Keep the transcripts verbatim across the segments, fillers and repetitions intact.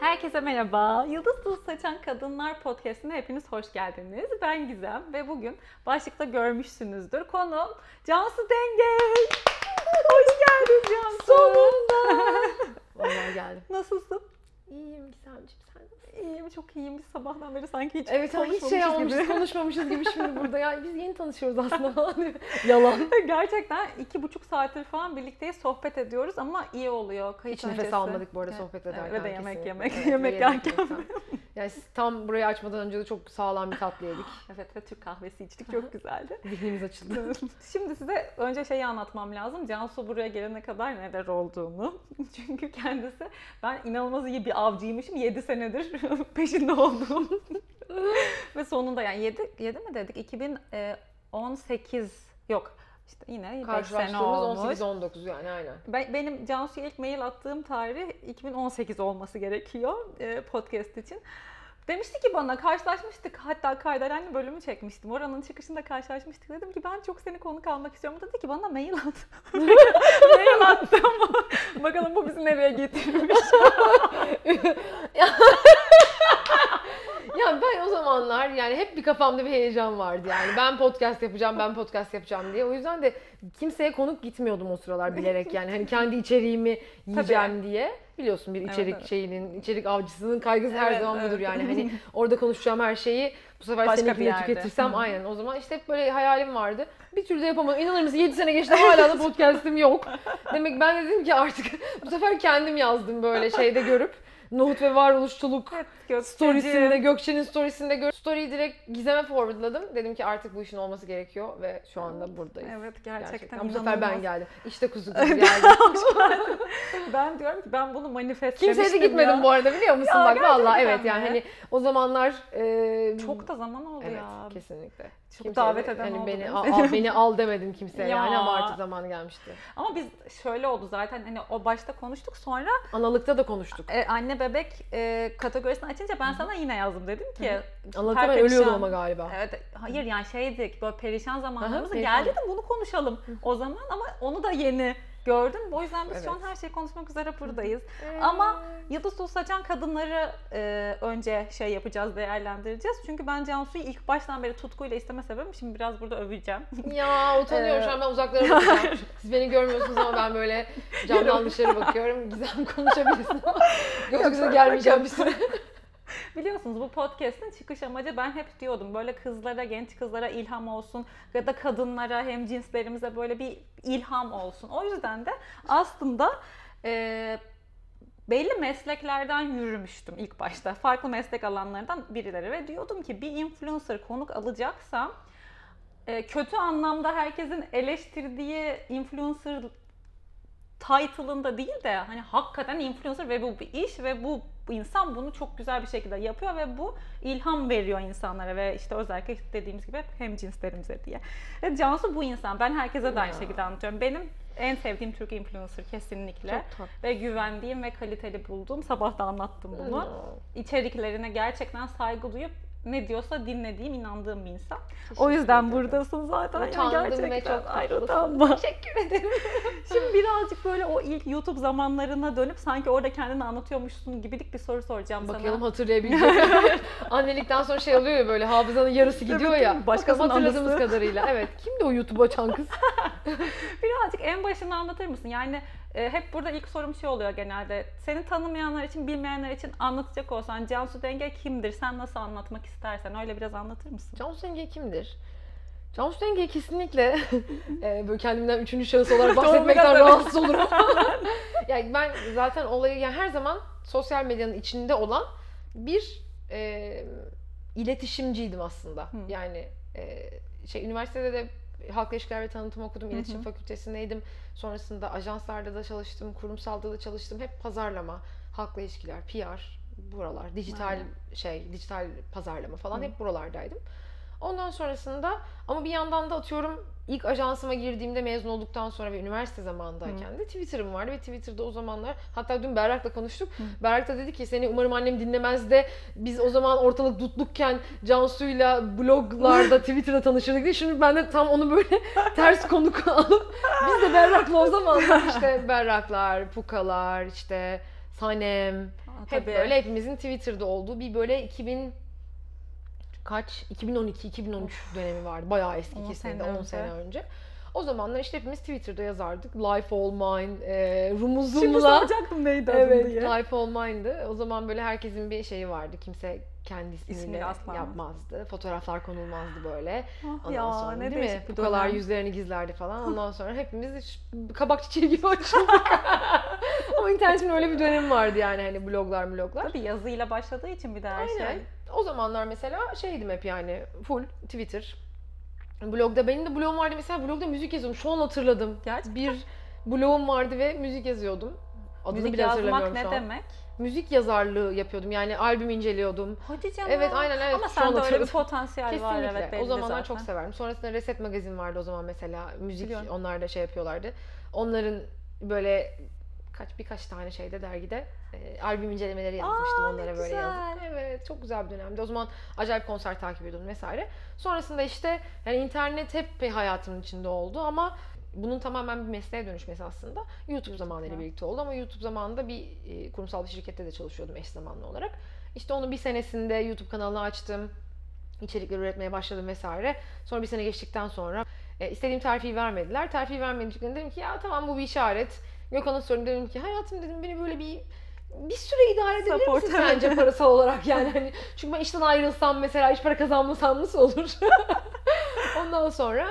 Herkese merhaba. Yıldız Duru Saçan Kadınlar Podcast'ine hepiniz hoş geldiniz. Ben Gizem ve bugün başlıkta görmüşsünüzdür. Konuğum Cansu Dengel. Hoş geldin Cansu. Sonunda. Vallahi geldim. Nasılsın? İyiyim Gizemciğim, sen nasılsın? İyiyim, çok iyiyim. Biz sabahtan beri sanki hiç evet, konuşmamışız hiç şey olmuşuz, gibi. konuşmamışız gibi şimdi burada. Ya biz yeni tanışıyoruz aslında falan diyor. Yalan. Gerçekten iki buçuk saattir falan birlikteyiz, sohbet ediyoruz ama iyi oluyor. Kayıt Hiç nefes öncesi. almadık bu arada Evet. sohbet ederken. Evet, ve de yemek kesinlikle. yemek, Evet, yemek ve yerken. yemek Yani tam burayı açmadan önce de çok sağlam bir tatlı yedik. Evet ve Türk kahvesi içtik, çok güzeldi. Zihnimiz açıldı. Şimdi size önce şeyi anlatmam lazım. Cansu buraya gelene kadar neler olduğunu. Çünkü kendisi, ben inanılmaz iyi bir avcıymışım. yedi senedir peşinde olduğum. Ve sonunda yani yedi, yedi mi dedik? iki bin on sekiz yok. İşte yine beş sene Karşılaştığımız olmuş. on sekiz on dokuz yani aynen. Ben, benim Cansu'ya ilk mail attığım tarih iki bin on sekiz olması gerekiyor e, podcast için. Demişti ki bana, karşılaşmıştık, hatta Kayderenli bölümü çekmiştim. Oranın çıkışında karşılaşmıştık. Dedim ki ben çok seni konuk almak istiyorum. Dedi ki bana mail at. Mail attı ama bakalım bu bizi nereye getirmiş. Ya ben o zamanlar yani hep bir kafamda bir heyecan vardı yani. Ben podcast yapacağım, ben podcast yapacağım diye. O yüzden de kimseye konuk gitmiyordum o sıralar bilerek yani. Hani kendi içeriğimi yiyeceğim Tabii. diye. Biliyorsun bir içerik Evet, evet. şeyinin, içerik avcısının kaygısı her Evet, zaman evet. budur yani. Hani orada konuşacağım her şeyi bu sefer Başka bir seninkini yerde. tüketirsem aynen. O zaman işte hep böyle hayalim vardı. Bir türlü de yapamadım. İnanır mısın yedi sene geçti hala da podcast'im yok. Demek ben de dedim ki artık bu sefer kendim yazdım böyle şeyde görüp. Nohut ve varoluşçuluk Evet, storiesinde, Gökçe'nin storiesinde gör. Story'yi direkt Gizem'e forwardladım. Dedim ki artık bu işin olması gerekiyor ve şu anda buradayız. Evet, gerçekten, gerçekten. Bu sefer ben inanılmaz. geldim. İşte kuzu gibi geldim. Ben diyorum ki ben bunu manifestlemiştim. Kimseye de gitmedim ya. bu arada biliyor musun? Ya, Bak vallahi gerçekten evet yani mi? hani o zamanlar e, Çok da zaman oldu evet, ya. kesinlikle. Çok Kimseye davet de, eden hani oldu beni değil al, mi? al- beni al demedim kimseye Ya. yani ama artık zamanı gelmişti. Ama biz şöyle oldu zaten, hani o başta konuştuk, sonra Analıkta da konuştuk. e, anne bebek e, kategorisini açınca ben sana yine yazdım, dedim ki Analıkta ben perperişan- ölüyordum ama galiba. Evet, hayır yani şeydik, böyle perişan zamanlarımız Aha, geldi perişan. de bunu konuşalım o zaman, ama onu da yeni gördüm. O yüzden biz şu an Evet. her şeyi konuşmak üzere buradayız. Ee, Ama Yıldız Duru Saçan kadınları e, önce şey yapacağız, değerlendireceğiz. Çünkü ben Cansu'yu ilk baştan beri tutkuyla isteme sebebim, şimdi biraz burada öveceğim. Ya utanıyorum şu an, ben uzaklara bakacağım. Siz beni görmüyorsunuz ama ben böyle camdan dışarı bakıyorum. Gizem konuşabilirsin ama göz göze gelmeyeceğim bir süre. Biliyorsunuz bu podcast'ın çıkış amacı, ben hep diyordum, böyle kızlara, genç kızlara ilham olsun ya da kadınlara, hem cinslerimize böyle bir ilham olsun. O yüzden de aslında e, belli mesleklerden yürümüştüm ilk başta. Farklı meslek alanlarından birileri ve diyordum ki bir influencer konuk alacaksam e, kötü anlamda herkesin eleştirdiği influencer title'ında değil de hani hakikaten influencer ve bu bir iş ve bu, bu insan bunu çok güzel bir şekilde yapıyor ve bu ilham veriyor insanlara ve işte özellikle dediğimiz gibi hem cinslerimize diye. Ve Cansu bu insan. Ben herkese de aynı Ya. şekilde anlatıyorum. Benim en sevdiğim Türk influencer kesinlikle. Çok tatlı. Ve güvendiğim ve kaliteli bulduğum, sabah da anlattım bunu. İçeriklerine gerçekten saygı duyup ne diyorsa dinlediğim, inandığım bir insan. O yüzden buradasın zaten. Ya Utandım gerçekten. ve çok Ay, tatlısın. utanma. Teşekkür ederim. Şimdi birazcık böyle o ilk YouTube zamanlarına dönüp sanki orada kendini anlatıyormuşsun gibilik bir soru soracağım Bakalım sana. hatırlayabilecek miyim? Annelikten sonra şey oluyor ya, böyle hafızanın yarısı gidiyor Evet, ya. başkasının Bakalım hatırladığımız anısı. kadarıyla. Evet. Kimdi o YouTube açan kız? Birazcık en başını anlatır mısın? Yani e, hep burada ilk sorum şey oluyor genelde. Seni tanımayanlar için, bilmeyenler için anlatacak olsan Cansu Dengel kimdir? Sen nasıl anlatmak istersen öyle biraz anlatır mısın? Cansu Dengel kimdir? Cansu Dengel kesinlikle e, böyle kendimden üçüncü şahıs olarak bahsetmekten Biraz rahatsız olurum. Yani ben zaten olayı yani her zaman sosyal medyanın içinde olan bir e, iletişimciydim aslında. Hı. Yani e, şey üniversitede de halkla ilişkiler ve tanıtım okudum, iletişim Hı hı. fakültesindeydim. Sonrasında ajanslarda da çalıştım, kurumsalda da çalıştım. Hep pazarlama, halkla ilişkiler, P R, buralar, dijital Aynen. şey, dijital pazarlama falan Hı. hep buralardaydım. Ondan sonrasında ama bir yandan da atıyorum ilk ajansıma girdiğimde mezun olduktan sonra ve üniversite zamanındayken de Twitter'ım vardı ve Twitter'da o zamanlar hatta dün Berrak'la konuştuk. Hı. Berrak da dedi ki seni umarım annem dinlemez de biz o zaman ortalık dutlukken Cansu'yla bloglarda Twitter'da tanışırdık diye. Şimdi ben de tam onu böyle ters konuk alıp biz de Berrak'la o zamanlar işte Berraklar, Pukalar, işte Sanem, Hep tabii. böyle hepimizin Twitter'da olduğu bir böyle iki bin kaç iki bin on iki iki bin on üç dönemi vardı. Bayağı eski, on kesinlikle sene on sene önce. önce. O zamanlar işte hepimiz Twitter'da yazardık. Life All Mine, e, Şimdi Rumuzum'la. soracaktım neydi adı Evet, diye. Life All Mine'dı. O zaman böyle herkesin bir şeyi vardı. Kimse kendi ismiyle İsmiyle asla. yapmazdı. Fotoğraflar konulmazdı böyle. Ah Ondan ya, sonra ne değil mi? değişik bir Pukalar dönem. yüzlerini gizlerdi falan. Ondan sonra hepimiz hiç kabak çiçeği gibi açıldık. Ama internetin öyle bir dönemi vardı yani hani bloglar bloglar. Tabii yazıyla başladığı için bir de her Aynen. şey. O zamanlar mesela şeydim hep yani full Twitter. Blogda benim de blogum vardı mesela, blogda müzik yazıyordum. Şu an hatırladım. Gerçekten. Bir blogum vardı ve müzik yazıyordum. Adını Müzik bile yazmak hatırlamıyorum ne şu an. demek? Müzik yazarlığı yapıyordum. Yani albüm inceliyordum. Hadi canım. Evet, aynen, evet. Ama Şu an sende öyle bir hatırladım. potansiyel var, Kesinlikle. evet, belli O zamanlar zaten. çok severdim. Sonrasında Reset Magazin vardı o zaman mesela. Müzik, Biliyorum. onlar da şey yapıyorlardı. Onların böyle kaç birkaç tane şeyde dergide e, albüm incelemeleri yazmıştım Aa, onlara ne böyle güzel. yazıp. Evet, çok güzel bir dönemdi. O zaman acayip konser takip ediyordum vesaire. Sonrasında işte yani internet hep hayatımın içinde oldu ama bunun tamamen bir mesleğe dönüşmesi aslında YouTube zamanıyla birlikte oldu ama YouTube zamanında bir e, kurumsal bir şirkette de çalışıyordum eş zamanlı olarak. İşte onun bir senesinde YouTube kanalını açtım. İçerikler üretmeye başladım vesaire. Sonra bir sene geçtikten sonra e, istediğim terfiyi vermediler. Terfiyi vermediklerinde dedim ki ya tamam, bu bir işaret. Gökhan'a sordum, dedim ki hayatım dedim, beni böyle bir bir süre idare edebilir Support, misin evet. sence parasal olarak yani hani, çünkü ben işten ayrılsam mesela hiç para kazanmasam nasıl olur? Ondan sonra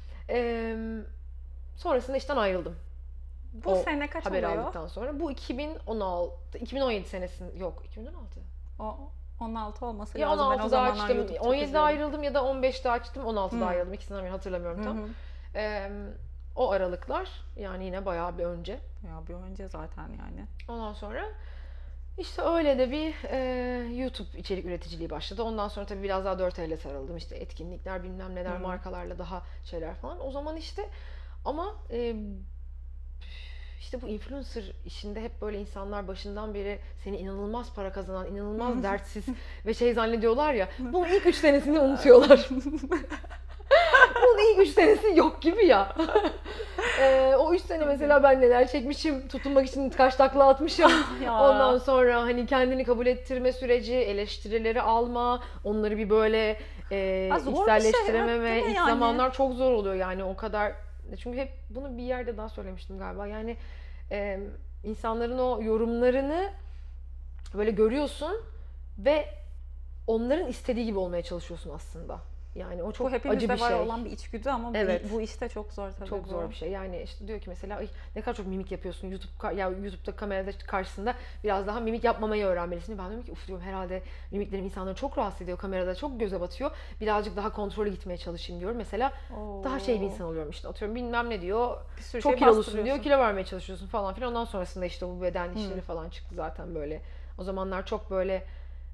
e, sonrasında işten ayrıldım. Bu O sene kaç haberi oluyor? aldıktan sonra. Bu iki bin on altı, iki bin on yedi senesinde, yok iki bin on altı. O on altı olması Ya lazım. Ben o on altıda zamanlar açtım, YouTube çok on yedide izliyordum. ayrıldım ya da on beşte açtım, on altıda Hı. ayrıldım. İkisinden biri hatırlamıyorum tam. Hı hı. Ee, o aralıklar yani yine bayağı bir önce. Ya bir önce zaten yani. Ondan sonra işte öyle de bir e, YouTube içerik üreticiliği başladı. Ondan sonra tabii biraz daha dört elle sarıldım. İşte etkinlikler, bilmem neler, Hı. markalarla daha şeyler falan. O zaman işte ama e, işte bu influencer işinde hep böyle insanlar başından beri seni inanılmaz para kazanan, inanılmaz dertsiz ve şey zannediyorlar ya, bunun ilk üç senesini unutuyorlar. Bunun ilk üç senesi yok gibi ya. ee, o üç sene mesela ben neler çekmişim, tutunmak için kaç takla atmışım. Ya. Ondan sonra hani kendini kabul ettirme süreci, eleştirileri alma, onları bir böyle e, Ha, zor bir şey, içselleştirememe, evet, değil mi ilk yani? zamanlar çok zor oluyor yani o kadar. Çünkü hep bunu bir yerde daha söylemiştim galiba. Yani e, insanların o yorumlarını böyle görüyorsun ve onların istediği gibi olmaya çalışıyorsun aslında. Yani o çok Bu hepimizde acı bir var şey. olan bir içgüdü ama Evet. bu, bu işte çok zor tabii. Çok bu. zor bir şey. Yani işte diyor ki mesela "Ay, ne kadar çok mimik yapıyorsun YouTube ya YouTube'da kamerada karşısında biraz daha mimik yapmamayı öğrenmelisin." Ben diyorum ki uf diyorum, herhalde mimiklerim insanları çok rahatsız ediyor. Kamerada çok göze batıyor. Birazcık daha kontrollü gitmeye çalışayım diyorum. Mesela Oo. daha şey bir insan oluyorum işte. Atıyorum bilmem ne diyor. Bir sürü Çok şey kilolusun bastırıyorsun. diyor. Kilo vermeye çalışıyorsun falan filan. Ondan sonrasında işte bu beden işleri falan çıktı zaten böyle. O zamanlar çok böyle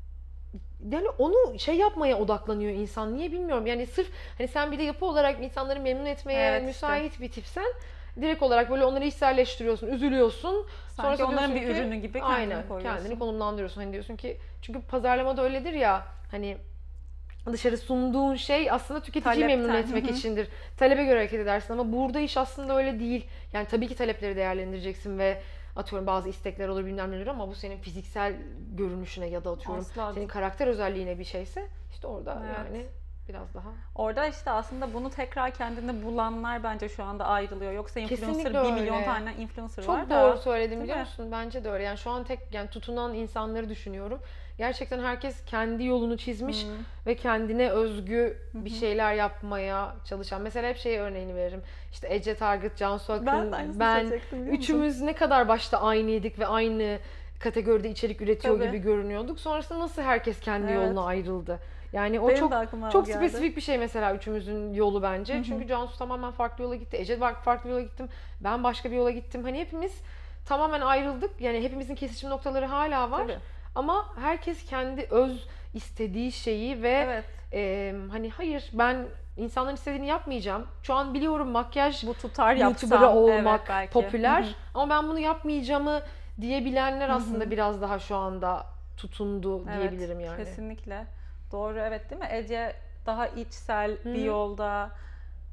yani onu şey yapmaya odaklanıyor insan. Niye bilmiyorum. Yani sırf hani sen bir de yapı olarak insanları memnun etmeye Evet, müsait işte. bir tipsen direkt olarak böyle onları içselleştiriyorsun, üzülüyorsun. Sanki Sonrasında onların bir diyorsun ki- ürünü gibi kendini aynen, koyuyorsun. kendini konumlandırıyorsun. Hani diyorsun ki çünkü pazarlamada öyledir ya hani dışarı sunduğun şey aslında tüketiciyi Talepten, memnun etmek hı hı. içindir. Talebe göre hareket edersin ama burada iş aslında öyle değil. Yani tabii ki talepleri değerlendireceksin ve atıyorum bazı istekler olur bilmem ne olur ama bu senin fiziksel görünüşüne ya da atıyorum Asla. senin karakter özelliğine bir şeyse işte orada Evet. yani biraz daha. Orada işte aslında bunu tekrar kendini bulanlar bence şu anda ayrılıyor. Yoksa influencer Kesinlikle bir milyon öyle. tane influencer Çok var doğru da. söyledin Değil biliyor mi? musun? Bence de öyle. Yani şu an tek yani tutunan insanları düşünüyorum. Gerçekten herkes kendi yolunu çizmiş Hı. ve kendine özgü bir Hı hı. şeyler yapmaya çalışan. Mesela hep şey örneğini veririm. İşte Ece Target, Cansu Akın, Ben de aynısını ben söyleyecektim, biliyor musun? üçümüz ne kadar başta aynıydık ve aynı kategoride içerik üretiyor Tabii. gibi görünüyorduk. Sonrasında nasıl herkes kendi Evet. yoluna ayrıldı. Yani o Benim çok de aklıma çok geldi. spesifik bir şey mesela üçümüzün yolu bence. Hı hı. Çünkü Cansu tamamen farklı yola gitti. Ece farklı bir yola gittim. Ben başka bir yola gittim. Hani hepimiz tamamen ayrıldık. Yani hepimizin kesişim noktaları hala var. Tabii. Ama herkes kendi öz istediği şeyi ve Evet. e, hani hayır ben insanların istediğini yapmayacağım. Şu an biliyorum makyaj Bu tutar yapsam. YouTuber'ı olmak evet, belki. popüler Hı hı. ama ben bunu yapmayacağımı diyebilenler Hı hı. aslında biraz daha şu anda tutundu Evet, diyebilirim yani. Kesinlikle. Doğru, evet, değil mi? Ece daha içsel Hı. bir yolda.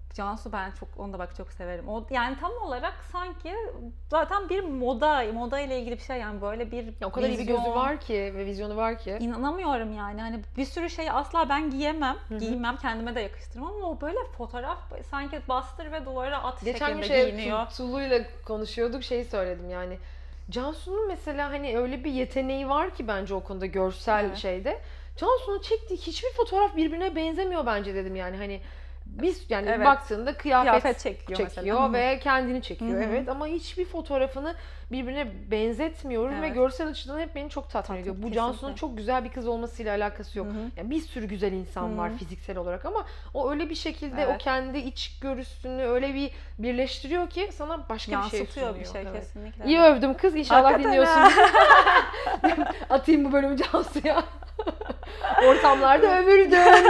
Cansu ben çok onu da bak çok severim. O yani tam olarak sanki zaten bir moda, moda ile ilgili bir şey yani böyle bir Ya o kadar iyi bir vizyon. gözü var ki ve vizyonu var ki. İnanamıyorum yani. Hani bir sürü şeyi asla ben giyemem, Hı-hı. giymem, kendime de yakıştırmam ama o böyle fotoğraf sanki bastır ve duvara at Geçen şeklinde bir şey giyiniyor. Tulu'yla konuşuyorduk, şeyi söyledim yani. Cansu'nun mesela hani öyle bir yeteneği var ki bence o konuda görsel Evet. şeyde. Cansu'nun çektiği hiçbir fotoğraf birbirine benzemiyor bence dedim yani hani biz yani Evet. baktığında kıyafet, Kıyafet çekiyor, çekiyor mesela. ve kendini çekiyor Hı hı. evet ama hiçbir fotoğrafını birbirine benzetmiyorum Evet. ve görsel açıdan hep beni çok tatmin Tatmin, ediyor. Bu kesinlikle. Cansu'nun çok güzel bir kız olmasıyla alakası yok. Hı hı. Yani bir sürü güzel insan Hı hı. var fiziksel olarak ama o öyle bir şekilde Evet. o kendi iç görüsünü öyle bir birleştiriyor ki sana başka bir şey Yansıtıyor sunuyor. bir şey Evet. kesinlikle. İyi övdüm kız. İnşallah Hakikaten dinliyorsun. Atayım bu bölümü Cansu'ya. Ortamlarda övüldüm.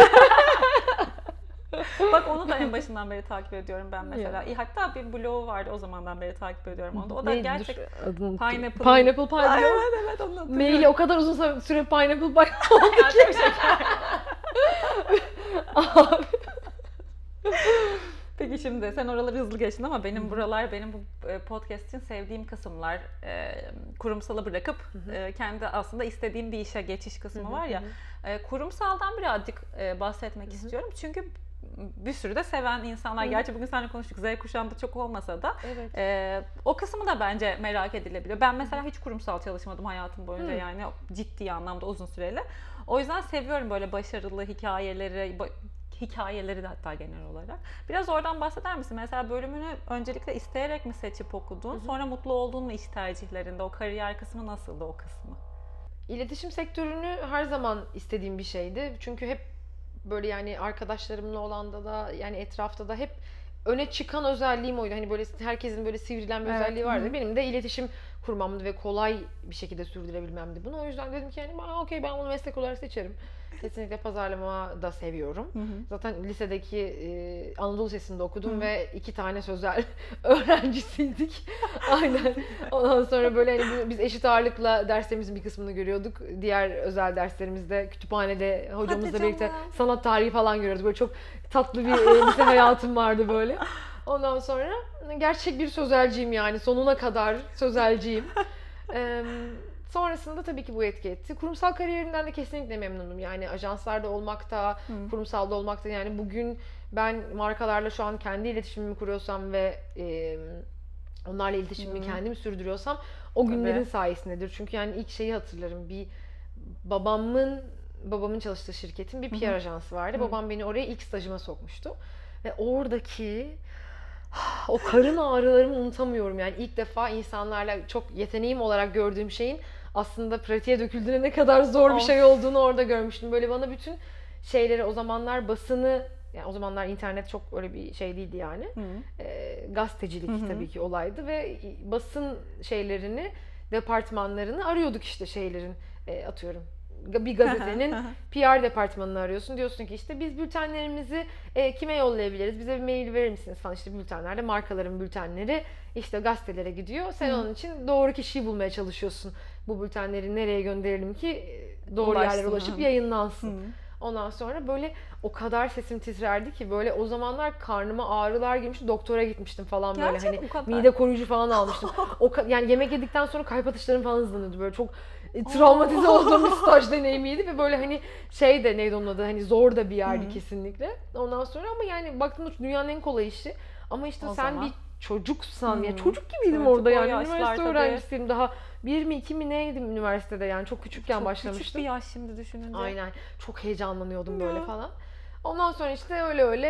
Bak onu da en başından beri takip ediyorum ben mesela. İyi, hatta bir blogu vardı o zamandan beri takip ediyorum onu da. O da Neydi? gerçek Dur, adını unuttum. Pineapple. Pineapple Pie. Evet evet onu hatırlıyorum. Maili o kadar uzun süre Pineapple Pie oldu ki. Abi. Peki şimdi sen oraları hızlı geçtin ama benim buralar benim bu podcast için sevdiğim kısımlar. E, kurumsalı bırakıp e, kendi aslında istediğim bir işe geçiş kısmı var ya. E, kurumsaldan birazcık e, bahsetmek istiyorum. Çünkü bir sürü de seven insanlar. Hı. Gerçi bugün seninle konuştuk. Z kuşağında çok olmasa da Evet. e, o kısmı da bence merak edilebiliyor. Ben mesela hiç kurumsal çalışmadım hayatım boyunca Hı. yani ciddi anlamda uzun süreli. O yüzden seviyorum böyle başarılı hikayeleri, hikayeleri de hatta genel olarak. Biraz oradan bahseder misin? Mesela bölümünü öncelikle isteyerek mi seçip okudun? Hı hı. Sonra mutlu oldun mu iş tercihlerinde? O kariyer kısmı nasıldı o kısmı? İletişim sektörünü her zaman istediğim bir şeydi. Çünkü hep böyle yani arkadaşlarımla olan da da yani etrafta da hep öne çıkan özelliğim oydu. Hani böyle herkesin böyle sivrilen bir evet. özelliği vardı. Hı-hı. Benim de iletişim kurmamdı ve kolay bir şekilde sürdürebilmemdi bunu. O yüzden dedim ki yani okey ben bunu meslek olarak seçerim. Kesinlikle pazarlama da seviyorum. Hı hı. Zaten lisedeki e, Anadolu Lisesi'nde okudum hı hı. ve iki tane sözel öğrencisiydik. Aynen. Ondan sonra böyle hani biz eşit ağırlıkla derslerimizin bir kısmını görüyorduk. Diğer özel derslerimizde kütüphanede hocamızla birlikte sanat tarihi falan görüyorduk. Böyle çok tatlı bir e, lise hayatım vardı böyle. Ondan sonra gerçek bir sözelciyim yani sonuna kadar sözelciyim. Ee, sonrasında tabii ki bu etki etti. Kurumsal kariyerimden de kesinlikle memnunum. Yani ajanslarda olmakta, hmm. kurumsalda olmakta yani bugün ben markalarla şu an kendi iletişimimi kuruyorsam ve e, onlarla iletişimimi hmm. kendim sürdürüyorsam o günlerin tabii. sayesindedir. Çünkü yani ilk şeyi hatırlarım. Bir babamın babamın çalıştığı şirketin bir P R hmm. ajansı vardı. Hmm. Babam beni oraya ilk stajıma sokmuştu. Ve oradaki o karın ağrılarımı unutamıyorum yani ilk defa insanlarla çok yeteneğim olarak gördüğüm şeyin aslında pratiğe döküldüğünde ne kadar zor bir şey olduğunu orada görmüştüm. Böyle bana bütün şeyleri o zamanlar basını yani o zamanlar internet çok öyle bir şey değildi yani. E, gazetecilik Hı-hı. tabii ki olaydı ve basın şeylerini departmanlarını arıyorduk işte şeylerin e, atıyorum. Bir gazetenin P R departmanını arıyorsun. Diyorsun ki işte biz bültenlerimizi e, kime yollayabiliriz? Bize bir mail verir misiniz falan işte bültenlerde markaların bültenleri işte gazetelere gidiyor. Sen Hı. onun için doğru kişiyi bulmaya çalışıyorsun. Bu bültenleri nereye gönderelim ki doğru Ulaşsın, yerlere ulaşıp hı. yayınlansın. Hı. Ondan sonra böyle o kadar sesim titrerdi ki böyle o zamanlar karnıma ağrılar girmişti. Doktora gitmiştim falan böyle Gerçekten hani mide koruyucu falan almıştım. O yani yemek yedikten sonra kalp atışlarım falan hızlanıyordu böyle çok travmatize olduğum bir staj deneyimiydi ve böyle hani şey de neydi onun adı hani zor da bir yerdi Hı-hı. kesinlikle. Ondan sonra ama yani baktığımda dünyanın en kolay işi. Ama işte o sen zaman... bir çocuksan ya çocuk gibiydim çocuk orada yani üniversite öğrencisiyim daha bir mi iki mi neydim üniversitede yani çok küçükken çok başlamıştım. Küçük bir yaş şimdi düşününce. Aynen çok heyecanlanıyordum ya. böyle falan. Ondan sonra işte öyle öyle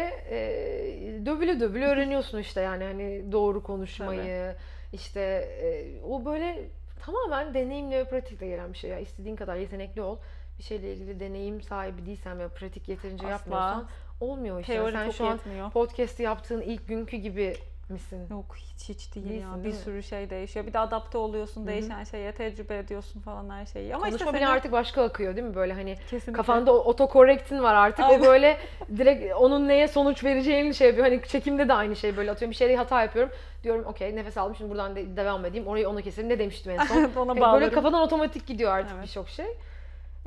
e, dövüle dövüle öğreniyorsun işte yani hani doğru konuşmayı Tabii. işte e, o böyle tamamen deneyimle ve pratikle gelen bir şey ya. İstediğin kadar yetenekli ol. Bir şeyle ilgili deneyim sahibi değilsen ve pratik yeterince Asla. yapmıyorsan olmuyor işte. Teori Sen şu yetmiyor. an podcast'i yaptığın ilk günkü gibi misin? Yok hiç hiç değil Değilsin, ya. Değil bir mi? sürü şey değişiyor. Bir de adapte oluyorsun Hı-hı. değişen şeye, tecrübe ediyorsun falan her şeyi. Ama Konuşma işte bile senin... artık başka akıyor değil mi? Böyle hani Kesinlikle. kafanda otokorrektin var artık. Aynen. O böyle direkt onun neye sonuç vereceğini şey yapıyor. Hani çekimde de aynı şey böyle atıyorum. Bir şeyde hata yapıyorum. Diyorum okey nefes aldım şimdi buradan de- devam edeyim. Orayı ona keserim. Ne demiştim en son? Ona Böyle kafadan otomatik gidiyor artık evet. birçok şey.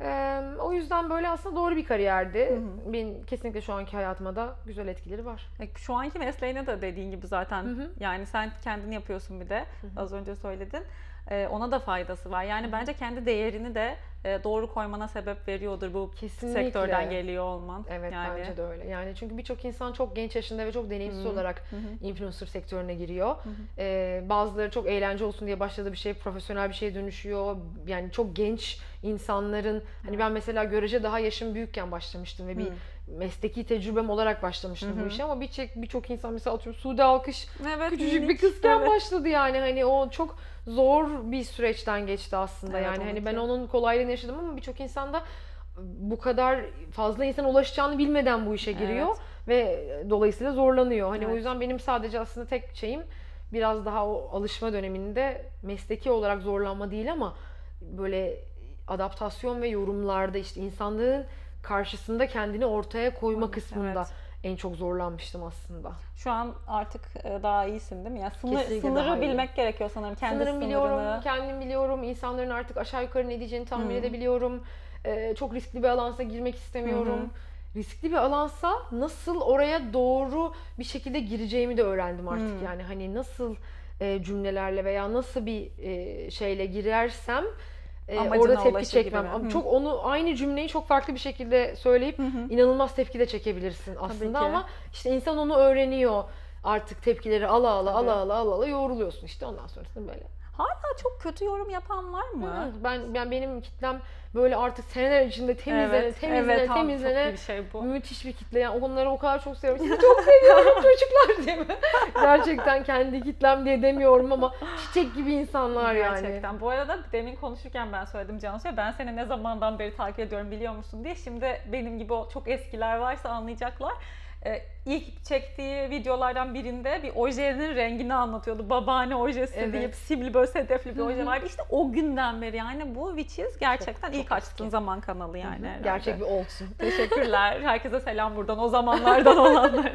Ee, o yüzden böyle aslında doğru bir kariyerdi. Hı hı. Benim kesinlikle şu anki hayatıma da güzel etkileri var. E, Şu anki mesleğine de dediğin gibi zaten Hı hı. yani sen kendini yapıyorsun bir de Hı hı. az önce söyledin. E, ona da faydası var. Yani bence kendi değerini de e, doğru koymana sebep veriyordur bu Kesinlikle. sektörden geliyor olman. Evet, yani. bence de öyle. Yani çünkü birçok insan çok genç yaşında ve çok deneyimsiz Hı. olarak Hı hı. influencer sektörüne giriyor. Hı hı. Ee, bazıları çok eğlence olsun diye başladığı bir şey profesyonel bir şeye dönüşüyor. Yani çok genç insanların hani ben mesela görece daha yaşım büyükken başlamıştım ve bir Hı. mesleki tecrübem olarak başlamıştım Hı hı. bu işe ama birçok birçok insan mesela atıyorum Sude Alkış Evet, küçücük bir minik. kızken Evet. başladı yani hani o çok zor bir süreçten geçti aslında Evet, yani hani ben onunki. onun kolaylığını yaşadım ama birçok insan da bu kadar fazla insana ulaşacağını bilmeden bu işe giriyor Evet. ve dolayısıyla zorlanıyor. Hani Evet. o yüzden benim sadece aslında tek şeyim biraz daha o alışma döneminde mesleki olarak zorlanma değil ama böyle adaptasyon ve yorumlarda işte insanlığın karşısında kendini ortaya koyma Evet, kısmında evet. en çok zorlanmıştım aslında. Şu an artık e, daha iyisin değil mi? Yani sınır, Kesinlikle daha sınırı iyi. bilmek gerekiyor sanırım. Kendi Sınırım sınırını. biliyorum, kendim biliyorum, insanların artık aşağı yukarı ne diyeceğini tahmin Hı. edebiliyorum. Ee, çok riskli bir alansa girmek istemiyorum. Hı hı. Riskli bir alansa nasıl oraya doğru bir şekilde gireceğimi de öğrendim artık. Hı. Yani hani nasıl e, cümlelerle veya nasıl bir e, şeyle girersem e, Amacına orada tepki ulaşır gibi çekmem. mi? Ama Hı. çok onu aynı cümleyi çok farklı bir şekilde söyleyip Hı hı. inanılmaz tepki de çekebilirsin aslında ki. ama işte insan onu öğreniyor. Artık tepkileri ala ala Tabii. ala ala ala ala yoğruluyorsun işte ondan sonrasında böyle. Hala çok kötü yorum yapan var mı? Hı, Ben ben benim kitlem böyle artık seneler içinde temizlene Evet, temizlene evet, abi, temizlene çok iyi bir şey bu. müthiş bir kitle. Yani onları o kadar çok seviyorum. Sizi çok seviyorum çocuklar diye mi? Gerçekten kendi kitlem diye demiyorum ama çiçek gibi insanlar yani. Gerçekten. Bu arada demin konuşurken ben söyledim Cansu'ya, ben seni ne zamandan beri takip ediyorum biliyor musun diye. Şimdi benim gibi o çok eskiler varsa anlayacaklar. Ee, ilk çektiği videolardan birinde bir ojenin rengini anlatıyordu. Babaanne ojesi Evet. deyip simli böyle sedefli bir Hı hı. oje vardı. İşte o günden beri yani bu Which Is gerçekten Çok- ilk çok açtığın eski. zaman kanalı yani. herhalde. Gerçek bir olsun. Teşekkürler. Herkese selam buradan o zamanlardan olanlara.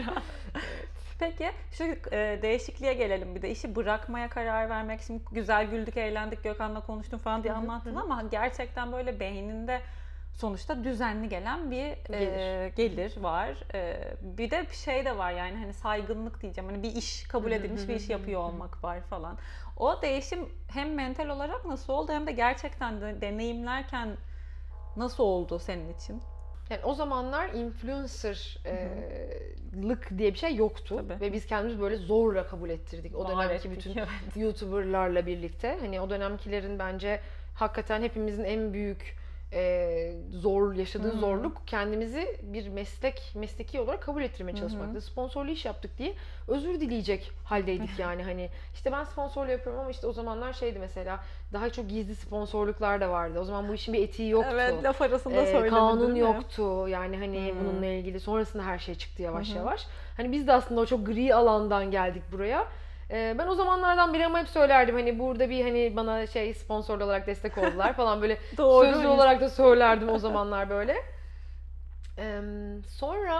Peki şu e, değişikliğe gelelim bir de. İşi bırakmaya karar vermek. Şimdi güzel güldük, eğlendik, Gökhan'la konuştum falan diye Hı hı, anlattın hı. ama gerçekten böyle beyninde sonuçta düzenli gelen bir e, Gelir. gelir var. E, bir de bir şey de var yani hani saygınlık diyeceğim. Hani bir iş kabul Hı hı, edilmiş hı bir hı, iş hı yapıyor hı. olmak var falan. O değişim hem mental olarak nasıl oldu hem de gerçekten de deneyimlerken nasıl oldu senin için? Yani o zamanlar influencerlık diye bir şey yoktu. Tabii. Ve biz kendimizi böyle zorla kabul ettirdik. O Var dönemki ettik, bütün evet. YouTuber'larla birlikte. Hani o dönemkilerin bence hakikaten hepimizin en büyük e, zor yaşadığı Hı hı. zorluk kendimizi bir meslek mesleki olarak kabul ettirmeye çalışmaktı. Sponsorlu iş yaptık diye özür dileyecek haldeydik yani hani işte ben sponsorlu yapıyorum ama işte o zamanlar şeydi mesela daha çok gizli sponsorluklar da vardı. O zaman bu işin bir etiği yoktu. Evet, laf arasında Ee, söyledin kanun değil mi? yoktu yani hani Hmm. bununla ilgili sonrasında her şey çıktı yavaş Hı hı. yavaş. Hani biz de aslında o çok gri alandan geldik buraya. Ee, ben o zamanlardan beri ama hep söylerdim hani burada bir hani bana şey sponsor olarak destek oldular falan böyle Doğru. sözlü olarak da söylerdim o zamanlar böyle. Ee, sonra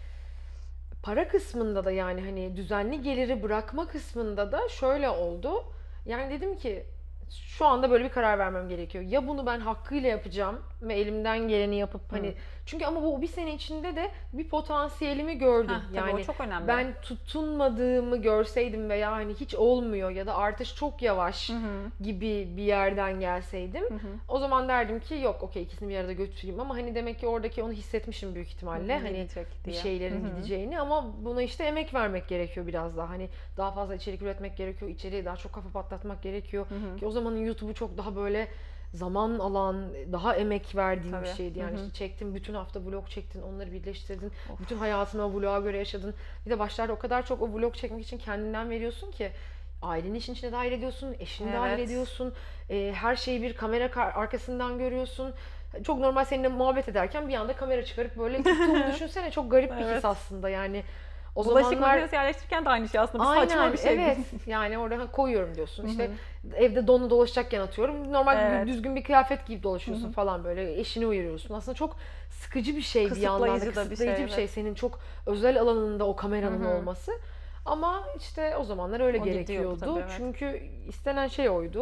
para kısmında da yani hani düzenli geliri bırakma kısmında da şöyle oldu. Yani dedim ki şu anda böyle bir karar vermem gerekiyor. Ya bunu ben hakkıyla yapacağım ve elimden geleni yapıp hani Hı. çünkü ama bu bir sene içinde de bir potansiyelimi gördüm. Heh, tabii yani o çok önemli. ben tutunmadığımı görseydim veya hani hiç olmuyor ya da artış çok yavaş Hı hı. gibi bir yerden gelseydim Hı hı. o zaman derdim ki yok okey ikisini bir arada götüreyim ama hani demek ki oradaki onu hissetmişim büyük ihtimalle. Hı hı, Hani gidecek bir diye. şeylerin Hı hı. gideceğini ama buna işte emek vermek gerekiyor biraz daha. Hani daha fazla içerik üretmek gerekiyor. İçeriğe daha çok kafa patlatmak gerekiyor. Hı hı. Ki o zamanın YouTube'u çok daha böyle zaman alan, daha emek verdiğim Tabii. bir şeydi. Yani Hı hı. işte çektin, bütün hafta vlog çektin, onları birleştirdin. Bütün hayatını o vloga göre yaşadın. Bir de başlarda o kadar çok o vlog çekmek için kendinden veriyorsun ki aileni işin içine dahil ediyorsun, eşini Evet. dahil ediyorsun. E, her şeyi bir kamera kar- arkasından görüyorsun. Çok normal seninle muhabbet ederken bir anda kamera çıkarıp böyle tuttuğunu düşünsene. Çok garip bir Evet. his aslında yani. O Bulaşık zamanlar makinesi yerleştirirken de aynı şey aslında. Bir saçma aynen bir şey. evet yani orada ha, koyuyorum diyorsun Hı hı. işte evde donla dolaşacakken atıyorum normal Evet. düzgün bir kıyafet giyip dolaşıyorsun Hı hı. falan böyle eşini uyarıyorsun aslında çok sıkıcı bir şey bir yandan da Kısıtlayıcı da bir kısıtlayıcı şey, bir şey evet. senin çok özel alanında o kameranın Hı hı. olması ama işte o zamanlar öyle O gidiyordu gerekiyordu tabii, evet. çünkü istenen şey oydu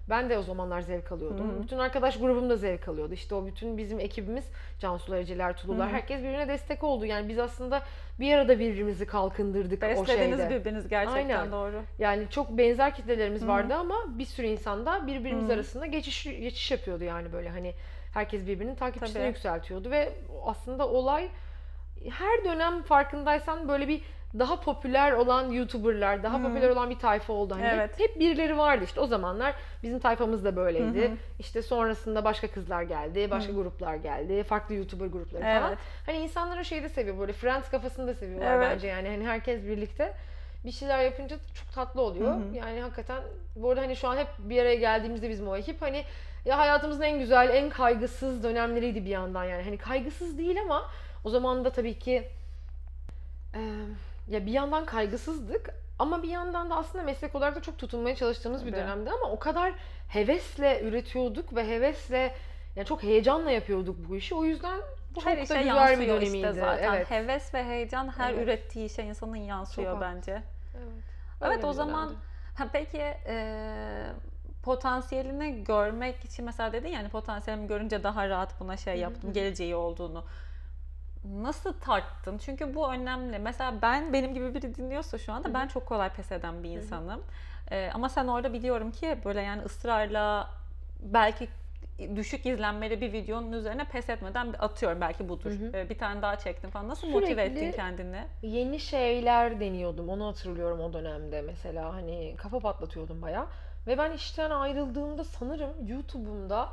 Ben de o zamanlar zevk alıyordum. Hı-hı. Bütün arkadaş grubum da zevk alıyordu. İşte o bütün bizim ekibimiz, Cansular, Eceler, Tulular, Hı-hı. herkes birbirine destek oldu. Yani biz aslında bir arada birbirimizi kalkındırdık o şeyde. Beslediniz birbiriniz gerçekten. Aynen. Doğru. Yani çok benzer kitlelerimiz Hı-hı. vardı ama bir sürü insan da birbirimiz Hı-hı. arasında geçiş geçiş yapıyordu yani böyle hani herkes birbirinin takipçisini Tabii. yükseltiyordu ve aslında olay her dönem farkındaysan böyle bir daha popüler olan YouTuber'lar, daha hmm. popüler olan bir tayfa oldu. Hani evet. hep, hep birileri vardı işte o zamanlar bizim tayfamız da böyleydi. Hmm. İşte sonrasında başka kızlar geldi, başka hmm. gruplar geldi, farklı YouTuber grupları evet. falan. Hani insanlar o şeyi de seviyor böyle Friends kafasını da seviyorlar evet. bence yani hani herkes birlikte bir şeyler yapınca çok tatlı oluyor. Hmm. Yani hakikaten bu arada hani şu an hep bir araya geldiğimizde bizim o ekip hani ya hayatımızın en güzel, en kaygısız dönemleriydi bir yandan yani. Hani kaygısız değil ama o zaman da tabii ki e, ya bir yandan kaygısızdık ama bir yandan da aslında meslek olarak da çok tutunmaya çalıştığımız bir dönemdi ama o kadar hevesle üretiyorduk ve hevesle yani çok heyecanla yapıyorduk bu işi. O yüzden bu çok her da işe güzel bir dönemiydi. Işte zaten. Evet. Heves ve heyecan her evet. ürettiği işe insanın yansıyor çok bence. Evet. Evet o zaman ha, peki e, potansiyelini görmek için mesela dedin yani potansiyelimi görünce daha rahat buna şey yaptım, Hı-hı. geleceği olduğunu. Nasıl tarttın? Çünkü bu önemli. Mesela ben, benim gibi biri dinliyorsa şu anda Hı-hı. ben çok kolay pes eden bir insanım. Ee, ama sen orada biliyorum ki böyle yani ısrarla belki düşük izlenmeli bir videonun üzerine pes etmeden atıyorum belki budur. Ee, bir tane daha çektim falan. Nasıl Sürekli motive ettin kendini? Yeni şeyler deniyordum. Onu hatırlıyorum o dönemde mesela. Hani kafa patlatıyordum bayağı. Ve ben işten ayrıldığımda sanırım YouTube'umda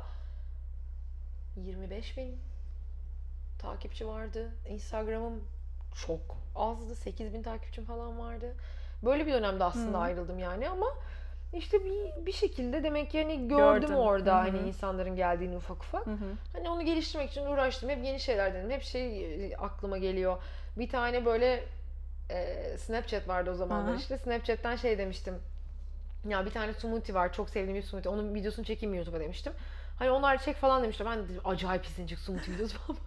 yirmi beş bin takipçi vardı. Instagram'ım çok azdı. sekiz bin takipçim falan vardı. Böyle bir dönemde aslında hmm. ayrıldım yani ama işte bir bir şekilde demek ki hani gördüm Gördüm. orada Hı-hı. hani insanların geldiğini ufak ufak. Hı-hı. Hani onu geliştirmek için uğraştım. Hep yeni şeyler dedim. Hep şey aklıma geliyor. Bir tane böyle e, Snapchat vardı o zamanlar Hı-hı. işte. Snapchat'ten şey demiştim. Ya bir tane smoothie var. Çok sevdiğim bir smoothie. Onun videosunu çekeyim mi YouTube'a demiştim. Hani onlar çek falan demişler. Ben de dedim, acayip izlenecek smoothie videosu falan.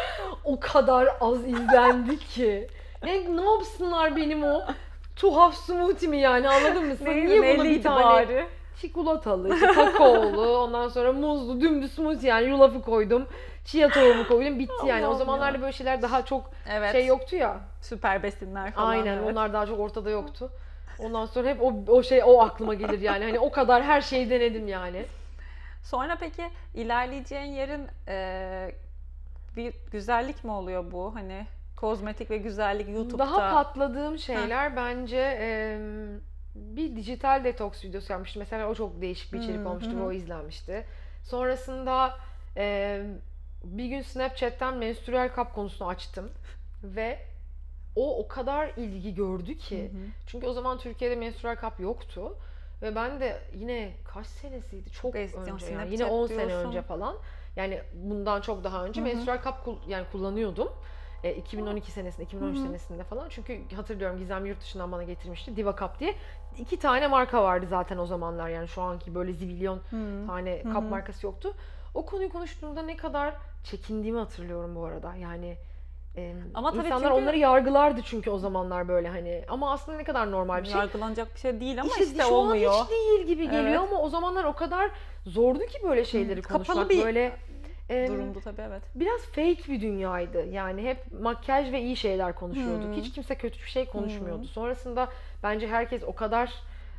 O kadar az izlendi ki. Yani ne yapsınlar benim o tuhaf smoothie'mi yani anladın mı? Sen niye buna bir tane bari? Çikolatalı, işte kakaolu, ondan sonra muzlu, dümdüz smoothie yani yulafı koydum, chia tohumu koydum, bitti yani. Allah'ım o zamanlarda ya. Böyle şeyler daha çok evet. şey yoktu ya. Süper besinler falan. Aynen evet. onlar daha çok ortada yoktu. Ondan sonra hep o, o şey o aklıma gelir yani. Hani o kadar her şeyi denedim yani. Sonra peki ilerleyeceğin yerin e, bir güzellik mi oluyor bu? Hani kozmetik ve güzellik YouTube'da. Daha patladığım şeyler ha. bence e, bir dijital detoks videosu yapmıştım. Mesela o çok değişik bir içerik hmm, olmuştu hmm. ve o izlenmişti. Sonrasında e, bir gün Snapchat'ten menstrüel kap konusunu açtım ve o o kadar ilgi gördü ki. Hmm. Çünkü o zaman Türkiye'de menstrüel kap yoktu. Ve ben de yine kaç senesiydi? Çok Best önce yani. Yine on diyorsun. Sene önce falan. Yani bundan çok daha önce Hı-hı. menstrüel kap yani kullanıyordum. E, iki bin on iki senesinde, iki bin on üç Hı-hı. senesinde falan. Çünkü hatırlıyorum Gizem yurt dışından bana getirmişti. Diva Cup diye. İki tane marka vardı zaten o zamanlar. Yani şu anki böyle zibilyon Hı-hı. tane kap Hı-hı. markası yoktu. O konuyu konuştuğumda ne kadar çekindiğimi hatırlıyorum bu arada. Yani e, ama insanlar çünkü... onları yargılardı çünkü o zamanlar böyle hani. Ama aslında ne kadar normal bir şey. Yargılanacak bir şey değil ama işte, işte şu olmuyor. An hiç değil gibi geliyor evet. ama o zamanlar o kadar zordu ki böyle şeyleri Hı, konuşmak. Bir... böyle durumdu tabii evet. Biraz fake bir dünyaydı. Yani hep makyaj ve iyi şeyler konuşuyorduk. Hmm. Hiç kimse kötü bir şey konuşmuyordu. Hmm. Sonrasında bence herkes o kadar